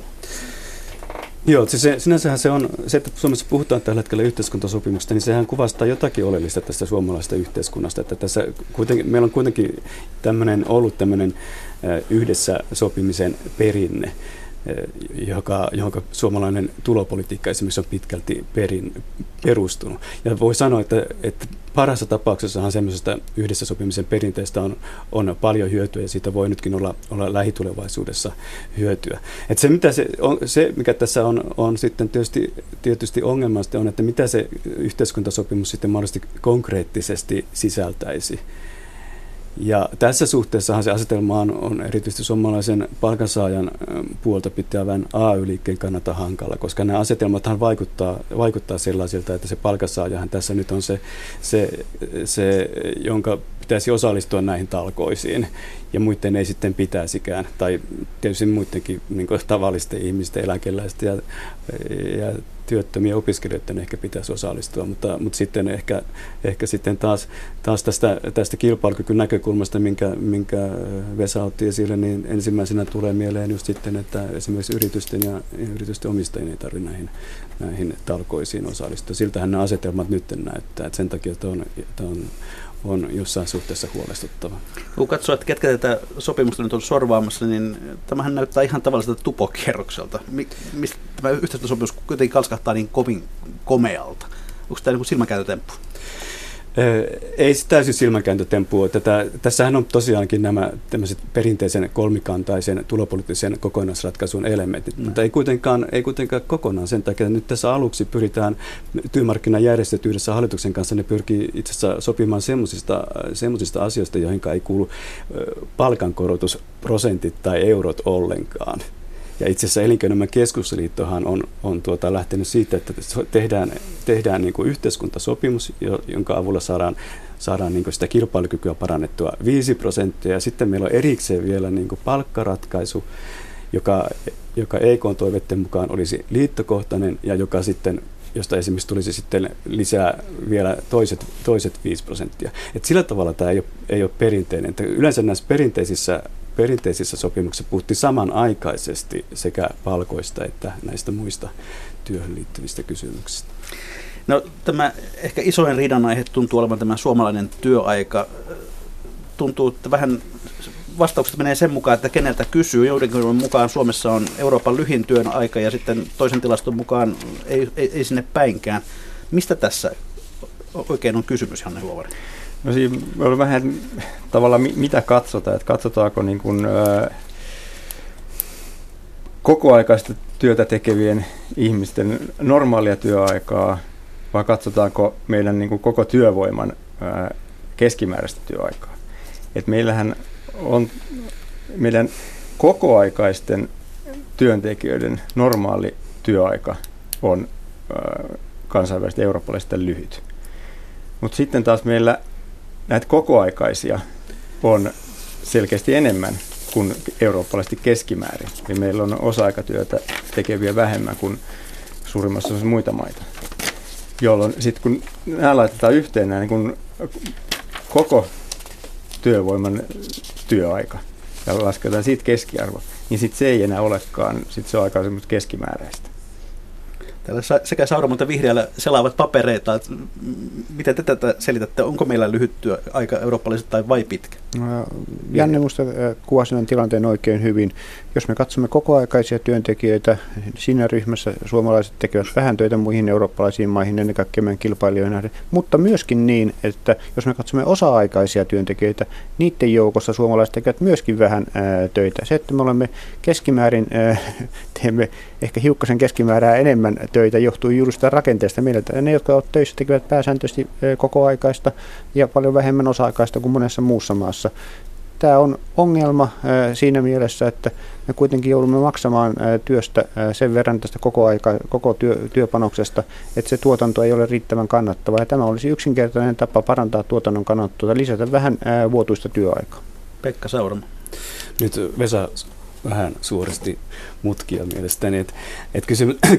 Joo, sinänsähän se on, se, että Suomessa puhutaan tällä hetkellä yhteiskuntasopimusta, niin sehän kuvastaa jotakin oleellista tästä suomalaisesta yhteiskunnasta. Että tässä meillä on kuitenkin ollut tämmöinen yhdessä sopimisen perinne, johon suomalainen tulopolitiikka esimerkiksi on pitkälti perustunut. Ja voi sanoa, että parhaassa tapauksessahan semmoisesta yhdessä sopimisen perinteestä on paljon hyötyä, ja siitä voi nytkin olla lähitulevaisuudessa hyötyä. Että se, mikä tässä on sitten tietysti ongelmasta, on, että mitä se yhteiskuntasopimus sitten mahdollisesti konkreettisesti sisältäisi. Ja tässä suhteessahan se asetelma on erityisesti suomalaisen palkansaajan puolta pitävän AY-liikkeen kannalta hankala, koska nämä asetelmathan vaikuttaa sellaisilta, että se palkansaajahan tässä nyt on se jonka pitäisi osallistua näihin talkoisiin, ja muiden ei sitten pitäisikään, tai tietysti muidenkin niin kuin tavallisten ihmisten, eläkeläisten ja työttömiä opiskelijoiden ehkä pitäisi osallistua, mutta sitten ehkä sitten taas tästä kilpailukykyn näkökulmasta, minkä Vesa otti esille, niin ensimmäisenä tulee mieleen just sitten, että esimerkiksi yritysten ja yritysten omistajien ei tarvitse näihin talkoisiin osallistua. Siltähän nämä asetelmat nyt näyttää, että sen takia tämä on jossain suhteessa huolestuttava. Kun katsoo, että ketkä tätä sopimusta nyt on sorvaamassa, niin tämähän näyttää ihan tavalliselta tupokierrokselta. Mistä tämä yhteiskuntasopimus kuitenkin kalskahtaa niin kovin komealta? Onko tämä niin kuin silmäkääntötemppu? Ei se täysin silmänkääntötemppu. Tässähän on tosiaankin nämä tämmöiset perinteisen kolmikantaisen tulopoliittisen kokonaisratkaisun elementit, mutta ei kuitenkaan kokonaan sen takia. Nyt tässä aluksi pyritään, työmarkkinajärjestöt yhdessä hallituksen kanssa, ne pyrkii itse asiassa sopimaan semmoisista asioista, joihin ei kuulu palkankorotusprosentit tai eurot ollenkaan. Ja itse asiassa Elinkeinoelämän keskusliittohan on lähtenyt siitä, että tehdään niin kuin yhteiskuntasopimus, jonka avulla saadaan niin kuin sitä kilpailukykyä parannettua 5%. Ja sitten meillä on erikseen vielä niin kuin palkkaratkaisu, joka EK:n toiveiden mukaan olisi liittokohtainen ja josta esimerkiksi tulisi sitten lisää vielä toiset 5%. Et sillä tavalla tämä ei ole perinteinen. Yleensä näissä perinteisissä sopimuksissa puhuttiin samanaikaisesti sekä palkoista että näistä muista työhön liittyvistä kysymyksistä. No, tämä ehkä isoin riidan aihe tuntuu olevan tämä suomalainen työaika. Tuntuu, että vähän vastaukset menee sen mukaan, että keneltä kysyy. Joidenkin mukaan Suomessa on Euroopan lyhin työn aika ja sitten toisen tilaston mukaan ei sinne päinkään. Mistä tässä oikein on kysymys, Janne Huovari? No siinä on vähän tavallaan mitä katsotaan, että katsotaanko niin kuin, kokoaikaista työtä tekevien ihmisten normaalia työaikaa vai katsotaanko meidän niin kuin koko työvoiman keskimääräistä työaikaa. Et meillähän on meidän kokoaikaisten työntekijöiden normaali työaika on kansainvälisesti eurooppalaisista lyhyt. Mutta sitten taas meillä näitä kokoaikaisia on selkeästi enemmän kuin eurooppalaisesti keskimäärin. Eli meillä on osa-aikatyötä tekeviä vähemmän kuin suurimmassa osassa muita maita. Jolloin sitten kun nämä laitetaan yhteen, niin kun koko työvoiman työaika ja lasketaan siitä keskiarvo, niin sitten se ei enää olekaan, sitten se on aika semmoista keskimääräistä. Täällä sekä Sauramo että Vihreällä selaavat papereita. Miten te tätä selitätte? Onko meillä lyhyt työaika eurooppalaiset tai vai pitkä? Janne minusta kuvasi tämän tilanteen oikein hyvin. Jos me katsomme kokoaikaisia työntekijöitä, siinä ryhmässä suomalaiset tekevät vähän töitä muihin eurooppalaisiin maihin, ennen kaikkea meidän kilpailijoihin nähden, mutta myöskin niin, että jos me katsomme osa-aikaisia työntekijöitä, niiden joukossa suomalaiset tekevät myöskin vähän töitä. Se, että me olemme keskimäärin, teemme ehkä hiukkasen keskimäärää enemmän töitä, johtuu juuri sitä rakenteesta. Meillä ne, jotka ovat töissä, tekevät pääsääntöisesti kokoaikaista ja paljon vähemmän osa-aikaista kuin monessa muussa maassa. Tämä on ongelma siinä mielessä, että me kuitenkin joudumme maksamaan työstä sen verran tästä koko työpanoksesta, että se tuotanto ei ole riittävän kannattavaa. Ja tämä olisi yksinkertainen tapa parantaa tuotannon kannattavuutta, lisätä vähän vuotuista työaikaa. Pekka Sauramo. Nyt Vesa vähän suorasti mutkia mielestäni, että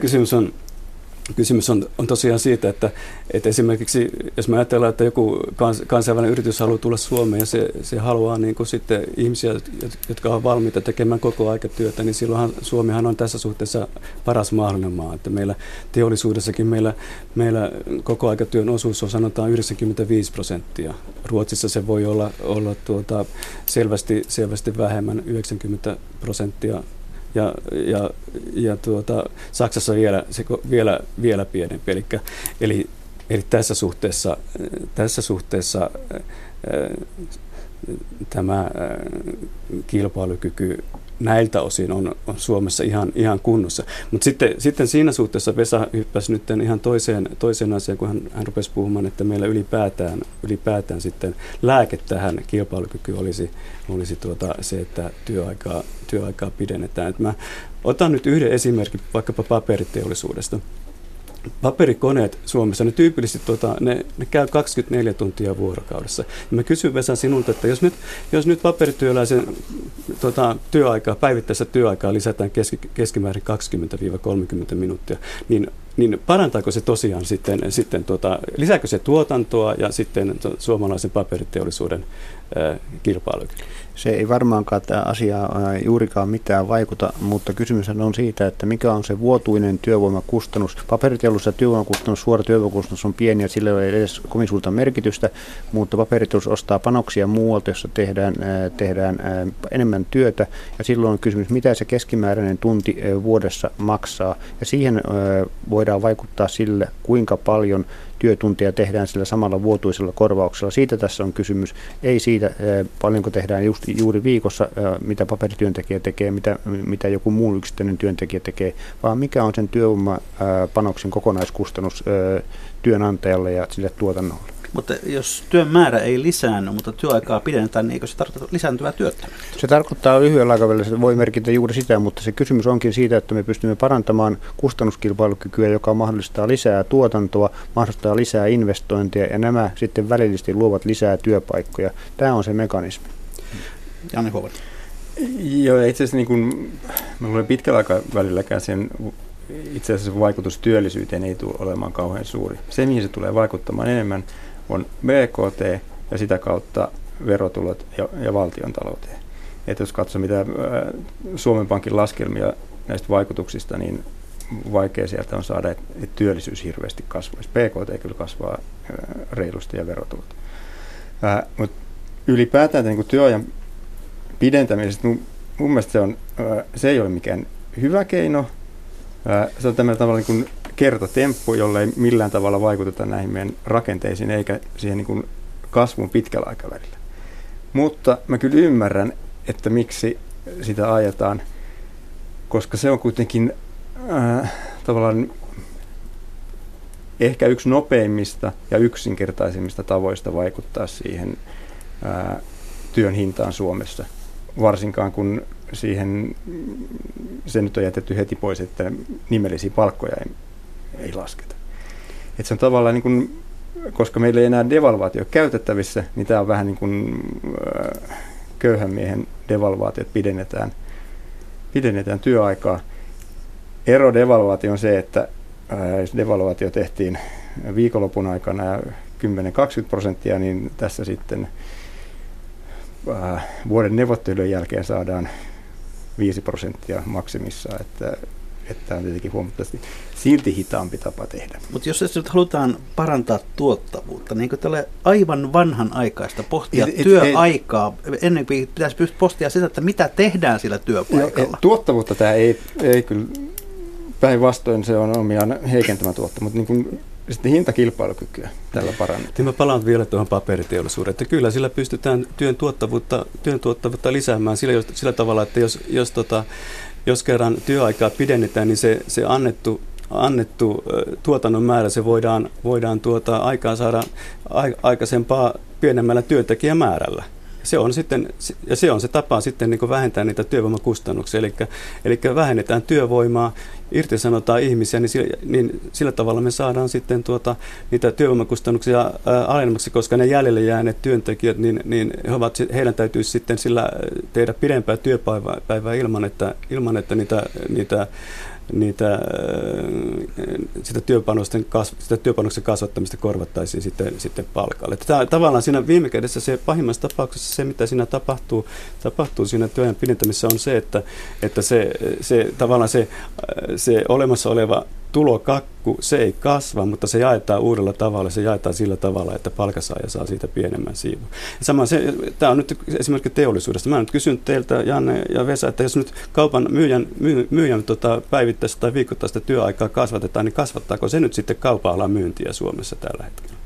kysymys on tosiaan siitä, että esimerkiksi jos me ajatellaan, että joku kansainvälinen yritys haluaa tulla Suomeen ja se haluaa niin kuin sitten ihmisiä, jotka ovat valmiita tekemään koko aikatyötä, niin silloinhan Suomihan on tässä suhteessa paras mahdollinen maa. Että meillä teollisuudessakin meillä koko aikatyön osuus on sanotaan 95%. Ruotsissa se voi olla selvästi vähemmän, 90%. Ja Saksassa vielä pienempi. Eli tässä suhteessa tämä kilpailukyky näiltä osin on Suomessa ihan kunnossa. Mutta sitten siinä suhteessa Vesa hyppäsi nyt ihan toiseen asiaan, kun hän rupesi puhumaan, että meillä ylipäätään sitten lääke tähän kilpailukykyyn olisi se, että työaikaa pidennetään. Et mä otan nyt yhden esimerkin vaikkapa paperiteollisuudesta. Paperikoneet Suomessa, ne tyypillisesti ne käy 24 tuntia vuorokaudessa. Ja mä kysyn Vesa sinulta, että jos nyt paperityöläisen päivittäistä työaikaa lisätään keskimäärin 20-30 minuuttia, niin parantaako se tosiaan sitten lisääkö se tuotantoa ja sitten suomalaisen paperiteollisuuden kilpailukyky? Se ei varmaankaan tämä asia juurikaan mitään vaikuta, mutta kysymys on siitä, että mikä on se vuotuinen työvoimakustannus. Paperiteollisuudessa työvoimakustannus, suora työvoimakustannus on pieni ja sillä ei ole edes kovin suurta merkitystä, mutta paperiteollisuus ostaa panoksia muualta, jossa tehdään enemmän työtä ja silloin on kysymys, mitä se keskimääräinen tunti vuodessa maksaa ja siihen voidaan vaikuttaa sille, kuinka paljon työtuntia tehdään sillä samalla vuotuisella korvauksella. Siitä tässä on kysymys. Ei siitä, paljonko tehdään juuri viikossa, mitä paperityöntekijä tekee, mitä joku muu yksittäinen työntekijä tekee, vaan mikä on sen työvoimapanoksen kokonaiskustannus työnantajalle ja sille tuotannolle. Mutta jos työn määrä ei lisäänny, mutta työaikaa pidennetään, niin eikö se tarkoita lisääntyvää työttömyyttä? Se tarkoittaa lyhyellä aikavälillä, se voi merkitä juuri sitä, mutta se kysymys onkin siitä, että me pystymme parantamaan kustannuskilpailukykyä, joka mahdollistaa lisää tuotantoa, mahdollistaa lisää investointia ja nämä sitten välillisesti luovat lisää työpaikkoja. Tämä on se mekanismi. Janne Huovari. Joo, itse asiassa niin luulen pitkällä aikavälilläkään sen itse asiassa vaikutus työllisyyteen ei tule olemaan kauhean suuri. Se, mihin se tulee vaikuttamaan enemmän, on BKT ja sitä kautta verotulot ja valtiontalouteen. Että jos katsoo mitä Suomen Pankin laskelmia näistä vaikutuksista, niin vaikea sieltä on saada, että työllisyys hirveästi kasvaisi. BKT kyllä kasvaa reilusti ja verotulot. Mutta ylipäätään niin työajan pidentämisestä, mun mielestä se ei ole mikään hyvä keino. Se on tämmöinen tavalla niin kuin kertotemppu, jolla ei millään tavalla vaikuteta näihin meidän rakenteisiin eikä siihen niin kuin kasvun pitkällä aikavälillä. Mutta mä kyllä ymmärrän, että miksi sitä ajetaan, koska se on kuitenkin tavallaan ehkä yksi nopeimmista ja yksinkertaisimmista tavoista vaikuttaa siihen työn hintaan Suomessa, varsinkaan kun se nyt on jätetty heti pois, että nimellisiä palkkoja ei lasketa. Et se on tavallaan, niin kuin, koska meillä ei enää devalvaatio käytettävissä, niin tämä on vähän niin kuin köyhän miehen devalvaatio, että pidennetään työaikaa. Ero devalvaatio on se, että jos devalvaatio tehtiin viikonlopun aikana 10-20%, niin tässä sitten vuoden neuvottelujen jälkeen saadaan 5% maksimissaan, että on tietenkin huomattavasti silti hitaampi tapa tehdä. Mutta jos nyt halutaan parantaa tuottavuutta, niin kuin tälle aivan vanhanaikaista pohtia työaikaa, ennen kuin pitäisi pohtia sitä, että mitä tehdään sillä työpaikalla. Tuottavuutta tämä ei kyllä, päinvastoin se on omiaan heikentämään tuottavuutta, mutta niin sitten hintakilpailukykyä tällä parannetaan. Mä palaan vielä tuohon paperiteollisuuteen, että kyllä sillä pystytään työn tuottavuutta lisäämään sillä tavalla, että jos kerran työaikaa pidennetään, niin se annettu tuotannon määrä se voidaan aikaan saada aikaisempaa pienemmällä työntekijämäärällä. Se on se tapa sitten niin kuin vähentää niitä työvoimakustannuksia, eli vähennetään työvoimaa, irtisanotaan ihmisiä, niin sillä tavalla me saadaan sitten niitä työvoimakustannuksia alemmaksi, koska ne jäljelle jääneet työntekijät, niin heidän täytyisi sitten sillä tehdä pidempää työpäivää ilman että sitä työpanoksen kasvattamista korvattaisiin sitten palkalle. Tavallaan siinä viime kädessä se pahimmassa tapauksessa se, mitä siinä tapahtuu siinä työajan pidentämisessä on se, että se tavallaan se olemassa oleva tulokakku, se ei kasva, mutta se jaetaan uudella tavalla. Se jaetaan sillä tavalla, että palkansaaja saa siitä pienemmän siivun. Tämä on nyt esimerkiksi teollisuudesta. Mä nyt kysyn teiltä, Janne ja Vesa, että jos nyt kaupan myyjän päivittäistä tai viikoittaista työaikaa kasvatetaan, niin kasvattaako se nyt sitten kaupan-alan myyntiä Suomessa tällä hetkellä?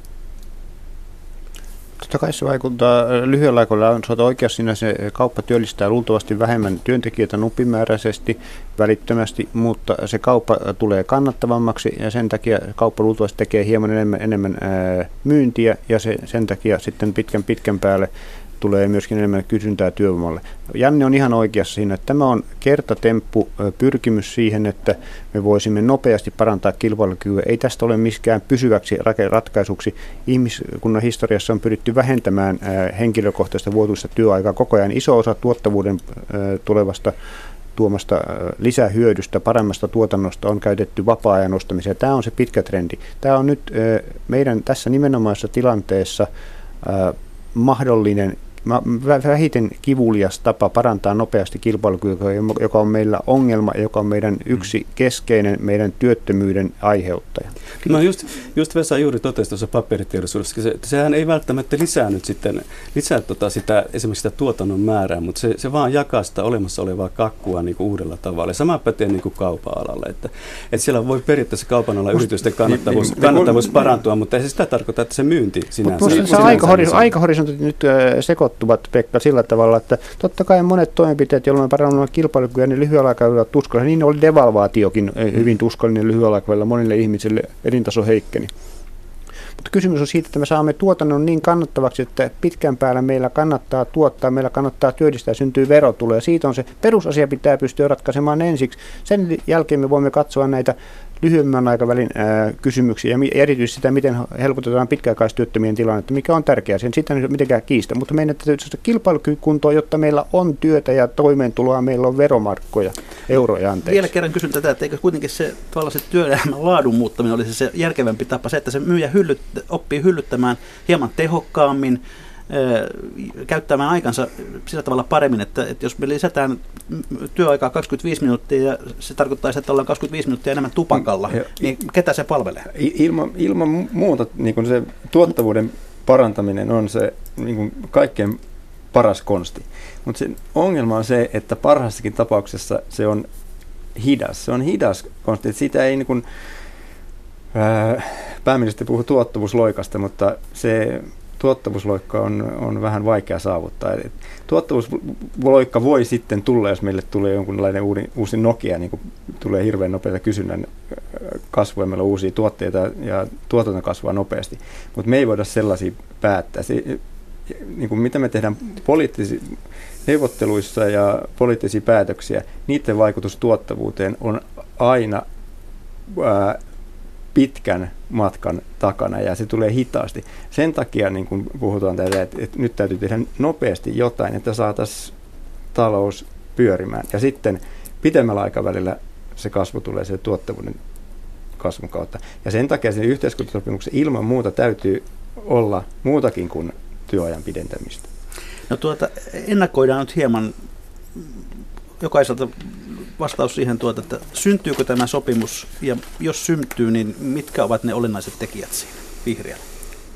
Totta kai se vaikuttaa lyhyellä aikavälillä. On oikeassa siinä se kauppa työllistää luultavasti vähemmän työntekijöitä nupimääräisesti, välittömästi, mutta se kauppa tulee kannattavammaksi ja sen takia kauppa luultavasti tekee hieman enemmän myyntiä ja sen takia sitten pitkän päälle tulee myöskin enemmän kysyntää työvoimalle. Janne on ihan oikeassa siinä, että tämä on kertatemppu, pyrkimys siihen, että me voisimme nopeasti parantaa kilpailukykyä. Ei tästä ole miskään pysyväksi ratkaisuksi. Ihmiskunnan historiassa on pyritty vähentämään henkilökohtaista vuotuista työaikaa koko ajan. Iso osa tuottavuuden tuomasta lisähyödystä, paremmasta tuotannosta on käytetty vapaa-ajan ostamiseen. Tämä on se pitkä trendi. Tämä on nyt meidän tässä nimenomaisessa tilanteessa mahdollinen vähiten kivulias tapa parantaa nopeasti kilpailukykyä, joka on meillä ongelma, joka on meidän yksi keskeinen meidän työttömyyden aiheuttaja. No just Vesa juuri totesi tuossa paperiteollisuudessa, sehän ei välttämättä lisää sitä, esimerkiksi sitä tuotannon määrää, mutta se vaan jakaa sitä olemassa olevaa kakkua niin kuin uudella tavalla. Ja sama pätee niin kuin kaupan alalle, että siellä voi periaatteessa kaupan alalla yritysten kannattavuus parantua, mutta ei se sitä tarkoita, että se myynti sinänsä. Aikahorisontit nyt sekoittuvat, Pekka, sillä tavalla, että totta kai monet toimenpiteet, joilla me parannamme kilpailukykyä, niin lyhyellä aikavälillä tuskallisia. Niin oli devalvaatiokin hyvin tuskallinen lyhyellä aikavälillä monille ihmisille, elintaso heikkeni. Mutta kysymys on siitä, että me saamme tuotannon niin kannattavaksi, että pitkän päällä meillä kannattaa tuottaa, meillä kannattaa työllistää, syntyy verotuloja. Siitä on se perusasia, pitää pystyä ratkaisemaan ensiksi. Sen jälkeen me voimme katsoa näitä lyhyemmän aikavälin kysymyksiä ja erityisesti sitä, miten helpotetaan pitkäaikaistyöttömien tilannetta, mikä on tärkeää. Sitä ei mitenkään kiistä, mutta meidän täytyy saada kilpailukykykuntoon, jotta meillä on työtä ja toimeentuloa, meillä on veromarkkoja, euroja anteeksi. Vielä kerran kysyn tätä, että eikö kuitenkin se työelämän laadun muuttaminen olisi se järkevämpi tapa, se, että se myyjä oppii hyllyttämään hieman tehokkaammin, käyttämään aikansa sillä tavalla paremmin, että jos me lisätään työaikaa 25 minuuttia ja se tarkoittaa, että ollaan 25 minuuttia enemmän tupakalla, niin ketä se palvelee? Ilman muuta niin kuin se tuottavuuden parantaminen on se niin kuin kaikkein paras konsti, mutta se ongelma on se, että parhaassakin tapauksessa se on hidas. Se on hidas konsti, että siitä ei niin kuin, pääministeri puhui tuottavuusloikasta, mutta se tuottavuusloikka on vähän vaikea saavuttaa. Tuottavuusloikka voi sitten tulla, jos meille tulee jonkunlainen uusi Nokia, niin kuin tulee hirveän nopeita kysynnän kasvua, meillä on uusia tuotteita ja tuotanto kasvaa nopeasti, mutta me ei voida sellaisia päättää. Niin kuin mitä me tehdään neuvotteluissa ja poliittisia päätöksiä, niiden vaikutus tuottavuuteen on aina pitkän matkan takana ja se tulee hitaasti. Sen takia niin kun puhutaan tätä, että nyt täytyy tehdä nopeasti jotain, että saataisiin talous pyörimään. Ja sitten pitemmällä aikavälillä se kasvu tulee se tuottavuuden kasvun kautta. Ja sen takia sen yhteiskuntasopimuksen ilman muuta täytyy olla muutakin kuin työajan pidentämistä. No ennakoidaan nyt hieman jokaiselta vastaus siihen, että syntyykö tämä sopimus, ja jos syntyy, niin mitkä ovat ne olennaiset tekijät siinä vihreällä?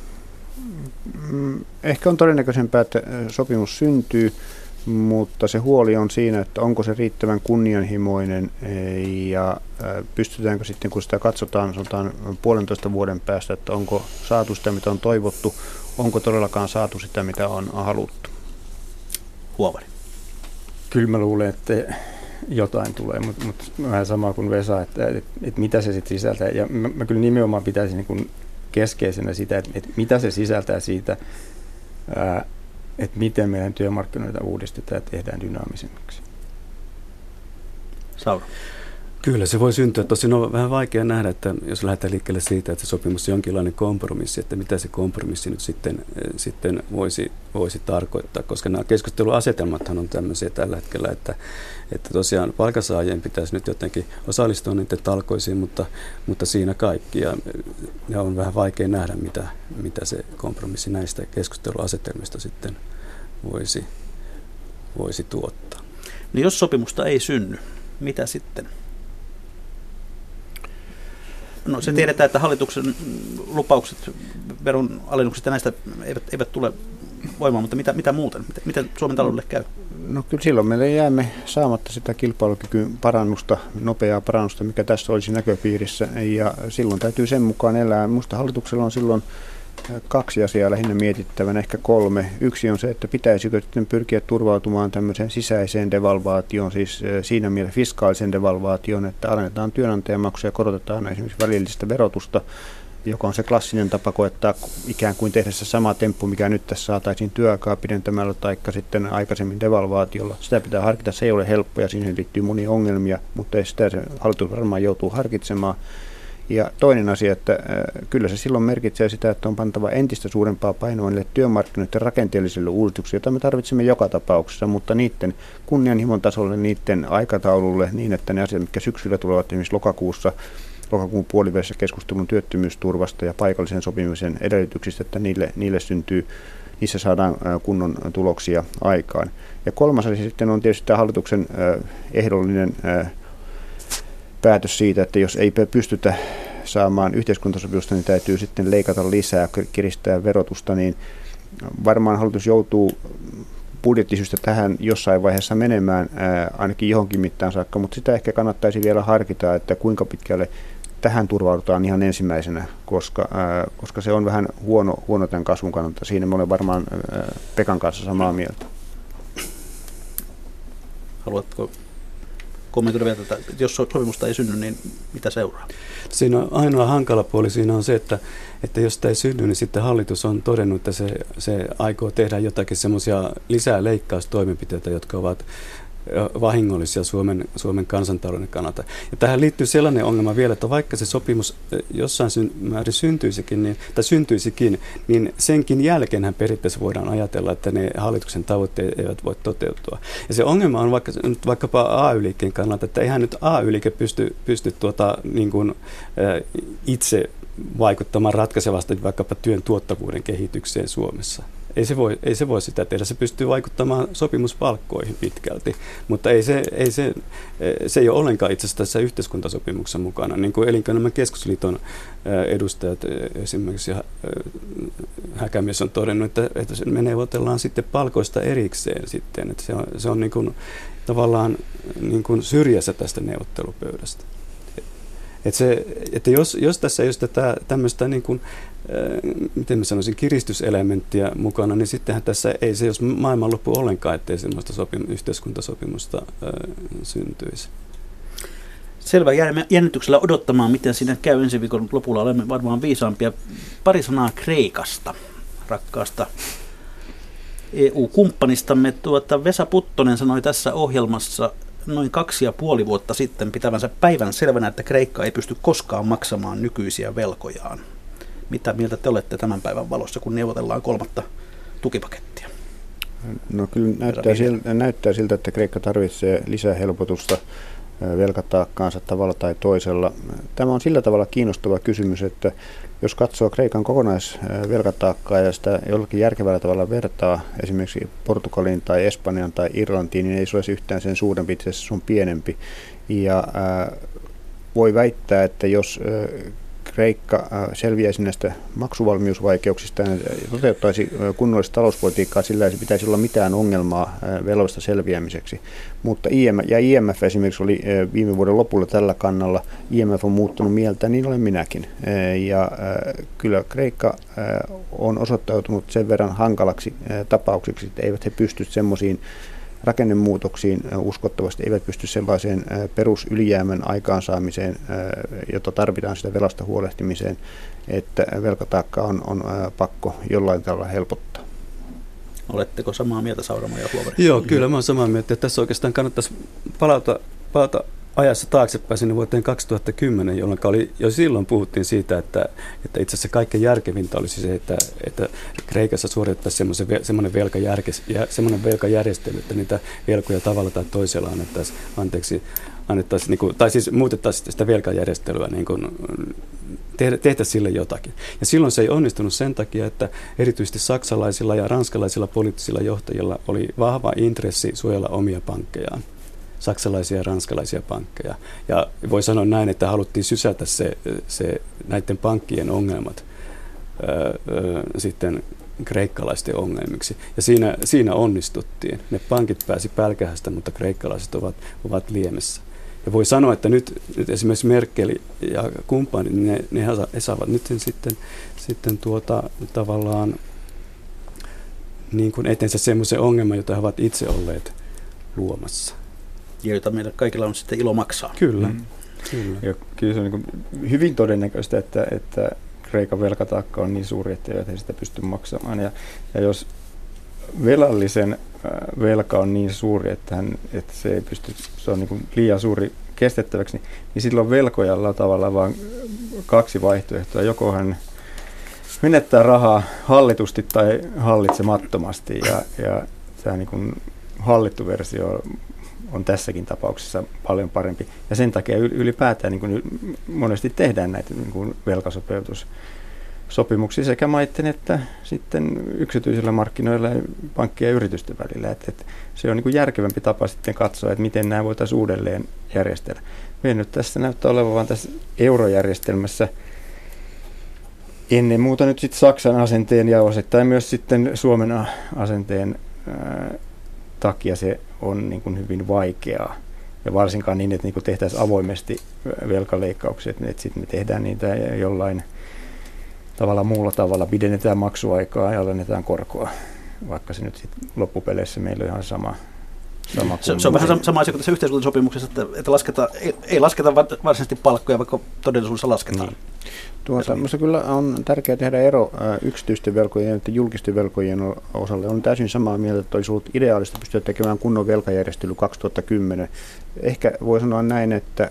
Ehkä on todennäköisempää, että sopimus syntyy, mutta se huoli on siinä, että onko se riittävän kunnianhimoinen ja pystytäänkö sitten, kun sitä katsotaan, sanotaan 1,5 vuoden päästä, että onko saatu sitä, mitä on toivottu, onko todellakaan saatu sitä, mitä on haluttu. Huovari. Kyllä mä luulen, että jotain tulee, mutta vähän sama kuin Vesa, että mitä se sitten sisältää. Ja mä kyllä nimenomaan pitäisin niin keskeisenä sitä, että mitä se sisältää siitä, että miten meidän työmarkkinoita uudistetaan ja tehdään dynaamisemmiksi. Saura. Kyllä se voi syntyä. Tosin on vähän vaikea nähdä, että jos lähdetään liikkeelle siitä, että se sopimus on jonkinlainen kompromissi, että mitä se kompromissi nyt sitten voisi tarkoittaa, koska nämä keskusteluasetelmathan on tämmöisiä tällä hetkellä, että tosiaan palkansaajien pitäisi nyt jotenkin osallistua niiden talkoisiin, mutta siinä kaikki. Ja on vähän vaikea nähdä, mitä se kompromissi näistä keskusteluasetelmista sitten voisi tuottaa. No jos sopimusta ei synny, mitä sitten? No se tiedetään, että hallituksen lupaukset veron alennuksista näistä eivät tule voimaan, mutta mitä muuten? Miten Suomen taloudelle käy? No kyllä silloin meille jäämme saamatta sitä kilpailukykyyn parannusta, nopeaa parannusta, mikä tässä olisi näköpiirissä, ja silloin täytyy sen mukaan elää. Minusta hallituksella on silloin 2 asiaa lähinnä mietittävänä, ehkä 3. Yksi on se, että pitäisikö sitten pyrkiä turvautumaan tämmöiseen sisäiseen devalvaatioon, siis siinä mielessä fiskaalisen devalvaatioon, että alennetaan työnantajamaksuja ja korotetaan esimerkiksi välillistä verotusta, joka on se klassinen tapa koettaa ikään kuin tehdä se sama temppu, mikä nyt tässä saataisiin työaikaa pidentämällä tai sitten aikaisemmin devalvaatiolla. Sitä pitää harkita, se ei ole helppoa ja siihen liittyy monia ongelmia, mutta sitä se hallitus varmaan joutuu harkitsemaan. Ja toinen asia, että kyllä se silloin merkitsee sitä, että on pantava entistä suurempaa painoa niille työmarkkinoiden rakenteellisille uudistuksille, joita me tarvitsemme joka tapauksessa, mutta niiden kunnianhimon tasolle, niiden aikataululle niin, että ne asiat, mitkä syksyllä tulevat esimerkiksi lokakuun puolivälissä keskustelun työttömyysturvasta ja paikallisen sopimisen edellytyksistä, että niille syntyy niissä saadaan kunnon tuloksia aikaan. Ja kolmas asia sitten on tietysti tämä hallituksen ehdollinen päätös siitä, että jos ei pystytä saamaan yhteiskuntasopimusta, niin täytyy sitten leikata lisää, kiristää verotusta, niin varmaan hallitus joutuu budjettisystä tähän jossain vaiheessa menemään ainakin johonkin mittaan saakka, mutta sitä ehkä kannattaisi vielä harkita, että kuinka pitkälle tähän turvaudutaan ihan ensimmäisenä, koska se on vähän huono tämän kasvun kannalta. Siinä me olemme varmaan Pekan kanssa samaa mieltä. Haluatko kommentoida vielä tätä, että jos sopimusta ei synny, niin mitä seuraa? Siinä on ainoa hankala puoli siinä on se, että jos sitä ei synny, niin sitten hallitus on todennut, että se aikoo tehdä jotakin semmoisia lisää leikkaustoimenpiteitä, jotka ovat vahingollisia Suomen kansantalouden kannalta. Ja tähän liittyy sellainen ongelma vielä, että vaikka se sopimus jossain määrin syntyisikin, niin senkin jälkeenhän periaatteessa voidaan ajatella, että ne hallituksen tavoitteet eivät voi toteutua. Ja se ongelma on vaikkapa AY-liikkeen kannalta, että eihän nyt AY-liike pysty itse vaikuttamaan ratkaisevasti vaikkapa työn tuottavuuden kehitykseen Suomessa. Ei se voi sitä tehdä. Se pystyy vaikuttamaan sopimuspalkkoihin pitkälti, mutta se ei ole ollenkaan itse asiassa tässä yhteiskuntasopimuksessa mukana. Niin kuin Elinkeinoelämän keskusliiton edustajat, esimerkiksi Häkämies on todennut, että me neuvotellaan sitten palkoista erikseen sitten. Että se on niin kuin, tavallaan niin kuin syrjässä tästä neuvottelupöydästä. Että jos tässä ei ole tämmöistä niin kuin, miten mä sanoisin, kiristyselementtiä mukana, niin sittenhän tässä ei se, jos maailmanloppu ollenkaan, ettei semmoista yhteiskuntasopimusta syntyisi. Selvä. Jäämme jännityksellä odottamaan, miten siinä käy ensi viikon lopulla. Olemme varmaan viisaampia. Pari sanaa Kreikasta, rakkaasta EU-kumppanistamme. Vesa Puttonen sanoi tässä ohjelmassa noin 2,5 vuotta sitten pitävänsä päivän selvänä, että Kreikka ei pysty koskaan maksamaan nykyisiä velkojaan. Mitä mieltä te olette tämän päivän valossa, kun neuvotellaan 3. tukipakettia? No kyllä näyttää siltä, että Kreikka tarvitsee lisää helpotusta velkataakkaansa tavalla tai toisella. Tämä on sillä tavalla kiinnostava kysymys, että jos katsoo Kreikan kokonaisvelkataakkaa ja sitä jollakin järkevällä tavalla vertaa esimerkiksi Portugaliin tai Espanjan tai Irlantiin, niin ei se olisi yhtään sen suurempi, itse asiassa se on pienempi. Ja voi väittää, että jos Kreikka selviäisi näistä maksuvalmiusvaikeuksista ja toteuttaisi kunnollista talouspolitiikkaa, sillä ei pitäisi olla mitään ongelmaa veloista selviämiseksi. Mutta IMF esimerkiksi oli viime vuoden lopulla tällä kannalla. IMF on muuttunut mieltä, niin olen minäkin. Ja kyllä Kreikka on osoittautunut sen verran hankalaksi tapauksiksi, että eivät he pysty semmoisiin rakennemuutoksiin uskottavasti, eivät pysty sellaiseen perusylijäämän aikaansaamiseen, jota tarvitaan sitä velasta huolehtimiseen, että velkataakka on pakko jollain tavalla helpottaa. Oletteko samaa mieltä, Sauramo ja Huoveri? Joo, kyllä mä olen samaa mieltä. Tässä oikeastaan kannattaisi palata ajassa taaksepäin sinne vuoteen 2010, jolloin jo silloin puhuttiin siitä, että itse asiassa kaikkein järkevintä olisi se, että Kreikassa suoritettaisiin semmoinen velkajärjestely, että niitä velkoja tavalla tai toisella annettaisiin niin kuin, tai siis muutettaisiin sitä velkajärjestelyä, niin kuin, tehtäisiin sille jotakin. Ja silloin se ei onnistunut sen takia, että erityisesti saksalaisilla ja ranskalaisilla poliittisilla johtajilla oli vahva intressi suojella omia pankkejaan. Saksalaisia ja ranskalaisia pankkeja. Ja voi sanoa näin, että haluttiin sysätä se näiden pankkien ongelmat sitten kreikkalaisten ongelmiksi. Ja siinä onnistuttiin. Ne pankit pääsi pälkähästä, mutta kreikkalaiset ovat liemessä. Ja voi sanoa, että nyt esimerkiksi Merkel ja kumppanit, niin he saavat nyt sitten tavallaan niin kuin etensä semmoisen ongelman, jota he ovat itse olleet luomassa. Ja joita meillä kaikilla on sitten ilo maksaa. Kyllä. Kyllä. Ja kyllä se on niin hyvin todennäköistä, että Kreikan velkataakka on niin suuri, että eivät he sitä pysty maksamaan. Ja jos velallisen velka on niin suuri, että se ei pysty, se on niin kuin liian suuri kestettäväksi, niin silloin velkojalla on tavallaan vain 2 vaihtoehtoa. Joko hän menettää rahaa hallitusti tai hallitsemattomasti, ja tämä niin kuin hallittu versio on tässäkin tapauksessa paljon parempi. Ja sen takia ylipäätään niin kuin monesti tehdään näitä niin kuin velkasopeutussuunnitelmia sopimuksia sekä maiden että sitten yksityisillä markkinoilla ja pankkien ja yritysten välillä. Et se on niin kuin järkevämpi tapa sitten katsoa, että miten nämä voitaisiin uudelleen järjestellä. Meidän nyt tässä näyttää olevan vaan tässä eurojärjestelmässä ennen muuta nyt sitten Saksan asenteen ja osittain myös sitten Suomen asenteen takia se on niin kuin hyvin vaikeaa. Ja varsinkaan niin, että niin kuin tehtäisiin avoimesti velkaleikkauksia, että sitten me tehdään niitä jollain muulla tavalla, pidennetään maksuaikaa ja alennetaan korkoa, vaikka se nyt sitten loppupeleissä meillä on ihan sama. Se on vähän sama asia kuin tässä yhteiskuntasopimuksessa, että ei lasketa varsinaisesti palkkoja, vaikka todellisuudessa lasketaan. Niin. Minusta kyllä on tärkeää tehdä ero yksityisten velkojen ja julkisten velkojen osalle. On täysin samaa mieltä, että olisi ollut ideaalista pystyä tekemään kunnon velkajärjestely 2010. Ehkä voi sanoa näin, että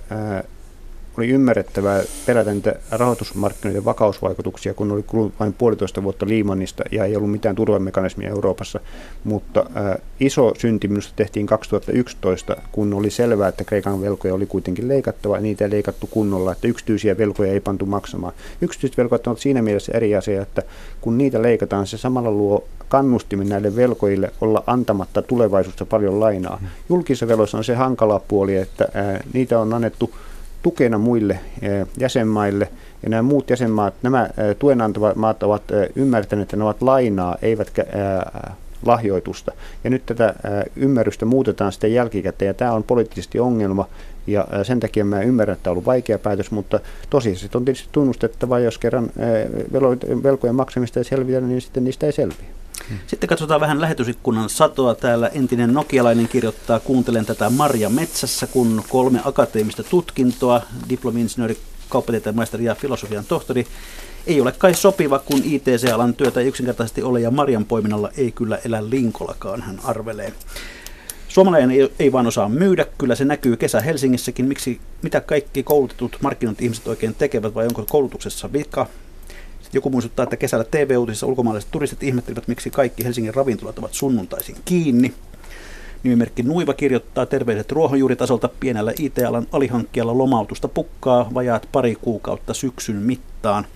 oli ymmärrettävää pelätä niitä rahoitusmarkkinoiden vakausvaikutuksia, kun oli kulunut vain 1,5 vuotta Lehmanista ja ei ollut mitään turvamekanismia Euroopassa. Mutta iso synti minusta tehtiin 2011, kun oli selvää, että Kreikan velkoja oli kuitenkin leikattava. Niitä ei leikattu kunnolla, että yksityisiä velkoja ei pantu maksamaan. Yksityiset velkoja ovat siinä mielessä eri asia, että kun niitä leikataan, se samalla luo kannustimen näille velkoille olla antamatta tulevaisuudessa paljon lainaa. Julkisissa veloissa on se hankala puoli, että niitä on annettu tukena muille jäsenmaille, ja nämä muut jäsenmaat, nämä tuenantavat maat ovat ymmärtäneet, että ne ovat lainaa, eivätkä lahjoitusta. Ja nyt tätä ymmärrystä muutetaan sitten jälkikäteen, ja tämä on poliittisesti ongelma, ja sen takia mä ymmärrän, että tämä on ollut vaikea päätös, mutta tosiaan on tietysti tunnustettava, jos kerran velkojen maksamista ei selvitä, niin sitten niistä ei selviä. Sitten katsotaan vähän lähetysikkunan satoa. Täällä entinen nokialainen kirjoittaa, kuuntelen tätä Marja Metsässä, kun 3 akateemista tutkintoa, diplomi-insinööri, kauppatieteen maisteri ja filosofian tohtori, ei ole kai sopiva, kun ITC-alan työtä ei yksinkertaisesti ole ja marjan poiminnalla ei kyllä elä linkolakaan, hän arvelee. Suomalainen ei vaan osaa myydä, kyllä se näkyy kesä Helsingissäkin. Mitä kaikki koulutetut markkinointi-ihmiset oikein tekevät vai onko koulutuksessa vika? Joku muistuttaa, että kesällä TV-uutisissa ulkomaalaiset turistit ihmettelivät, miksi kaikki Helsingin ravintolat ovat sunnuntaisin kiinni. Nimimerkki Nuiva kirjoittaa, terveiset ruohonjuuritasolta, pienellä IT-alan alihankkijalla lomautusta pukkaa vajaat 2 kuukautta syksyn mittaan.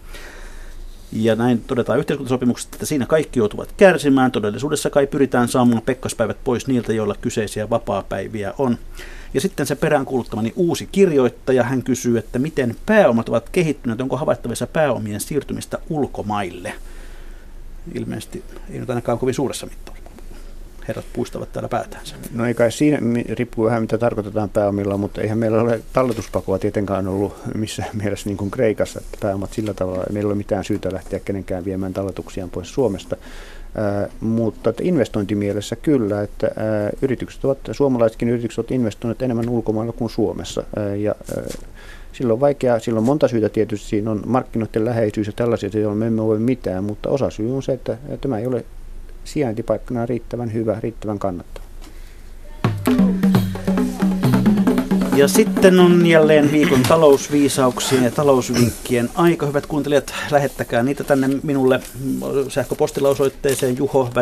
Ja näin todetaan yhteiskuntasopimuksesta, että siinä kaikki joutuvat kärsimään. Todellisuudessa kai pyritään saamaan pekkaspäivät pois niiltä, joilla kyseisiä vapaapäiviä on. Ja sitten se peräänkuuluttamani uusi kirjoittaja, hän kysyy, että miten pääomat ovat kehittyneet, onko havaittavissa pääomien siirtymistä ulkomaille. Ilmeisesti ei nyt ainakaan kovin suuressa mittauksessa. Herrat puistavat täällä päätänsä. No ei kai siinä riippuu vähän mitä tarkoitetaan pääomilla, mutta eihän meillä ole talletuspakoa tietenkään ollut missään mielessä niin kuin Kreikassa, että pääomat sillä tavalla, meillä ei ole mitään syytä lähteä kenenkään viemään talletuksiaan pois Suomesta. Mutta investointimielessä kyllä, että suomalaisetkin yritykset ovat investoineet enemmän ulkomailla kuin Suomessa. Ja silloin on vaikeaa, silloin on monta syytä tietysti, siinä on markkinoiden läheisyys ja tällaiset, joilla me emme voi mitään, mutta osa syy on se, että tämä ei ole sijaintipaikkana riittävän hyvä, riittävän kannattava. Ja sitten on jälleen viikon talousviisauksien ja talousvinkkien aika. Hyvät kuuntelijat, lähettäkää niitä tänne minulle sähköpostilla osoitteeseen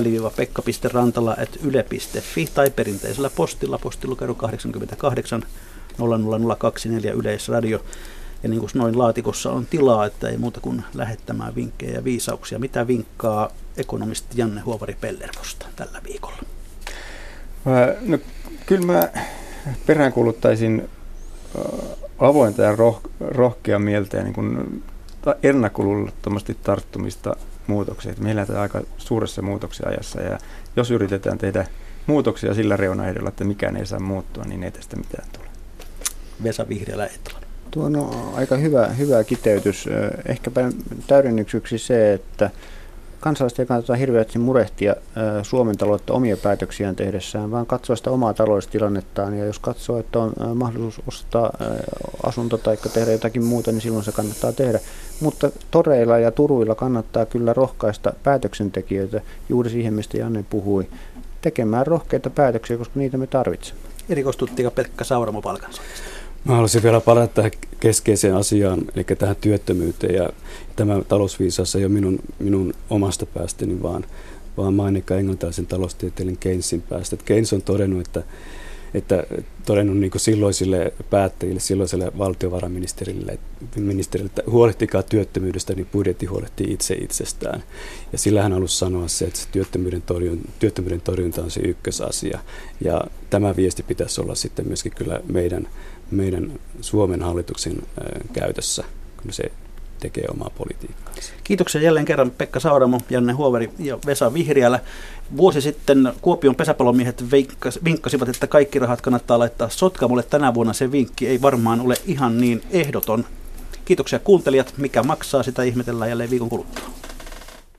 juho-pekka.rantala@yle.fi tai perinteisellä postilla, postilukero 88 00024 Yleisradio. Ja niin kuin noin laatikossa on tilaa, että ei muuta kuin lähettämään vinkkejä ja viisauksia. Mitä vinkkaa ekonomisti Janne Huovari-Pellervosta tällä viikolla? No, kyllä mä peräänkuuluttaisin avointa ja rohkea mieltä ja niin kuin ennakkoluulottomasti tarttumista muutokseen. Meillä on aika suuressa muutoksen ajassa ja jos yritetään tehdä muutoksia sillä reunaehdolla, että mikään ei saa muuttua, niin ei tästä mitään tule. Vesa Vihriälä-Etla. Tuo on aika hyvä kiteytys. Ehkäpä täydennykseksi se, että kansalaiset ei kannata hirveästi murehtia Suomen taloutta omia päätöksiään tehdessään, vaan katsoa sitä omaa taloudellista tilannettaan. Ja jos katsoo, että on mahdollisuus ostaa asunto tai tehdä jotakin muuta, niin silloin se kannattaa tehdä. Mutta toreilla ja turuilla kannattaa kyllä rohkaista päätöksentekijöitä, juuri siihen, mistä Janne puhui, tekemään rohkeita päätöksiä, koska niitä me tarvitsemme. Erikoistuttiinko Pekka Sauramo palkansaajista? Mä haluaisin vielä palata tähän keskeiseen asiaan, eli tähän työttömyyteen. Ja tämä talousviisaus ei ole minun omasta päästäni, vaan mainikka englantilaisen taloustieteilijän Keynesin päästä. Keynes on todennut, että todennut niin kuin silloisille päättäjille, silloiselle valtiovarainministerille, että huolehtikaa työttömyydestä, niin budjetti huolehtii itse itsestään. Ja sillä hän halusi sanoa se, että se työttömyyden torjunta on se ykkösasia. Ja tämä viesti pitäisi olla sitten myöskin kyllä meidän Suomen hallituksen käytössä, kun se tekee omaa politiikkaansa. Kiitoksia jälleen kerran Pekka Sauramo, Janne Huoveri ja Vesa Vihriälä. Vuosi sitten Kuopion pesäpallomiehet vinkkasivat, että kaikki rahat kannattaa laittaa Sotkamolle. Tänä vuonna se vinkki ei varmaan ole ihan niin ehdoton. Kiitoksia kuuntelijat. Mikä maksaa, sitä ihmetellään jälleen viikon kuluttua.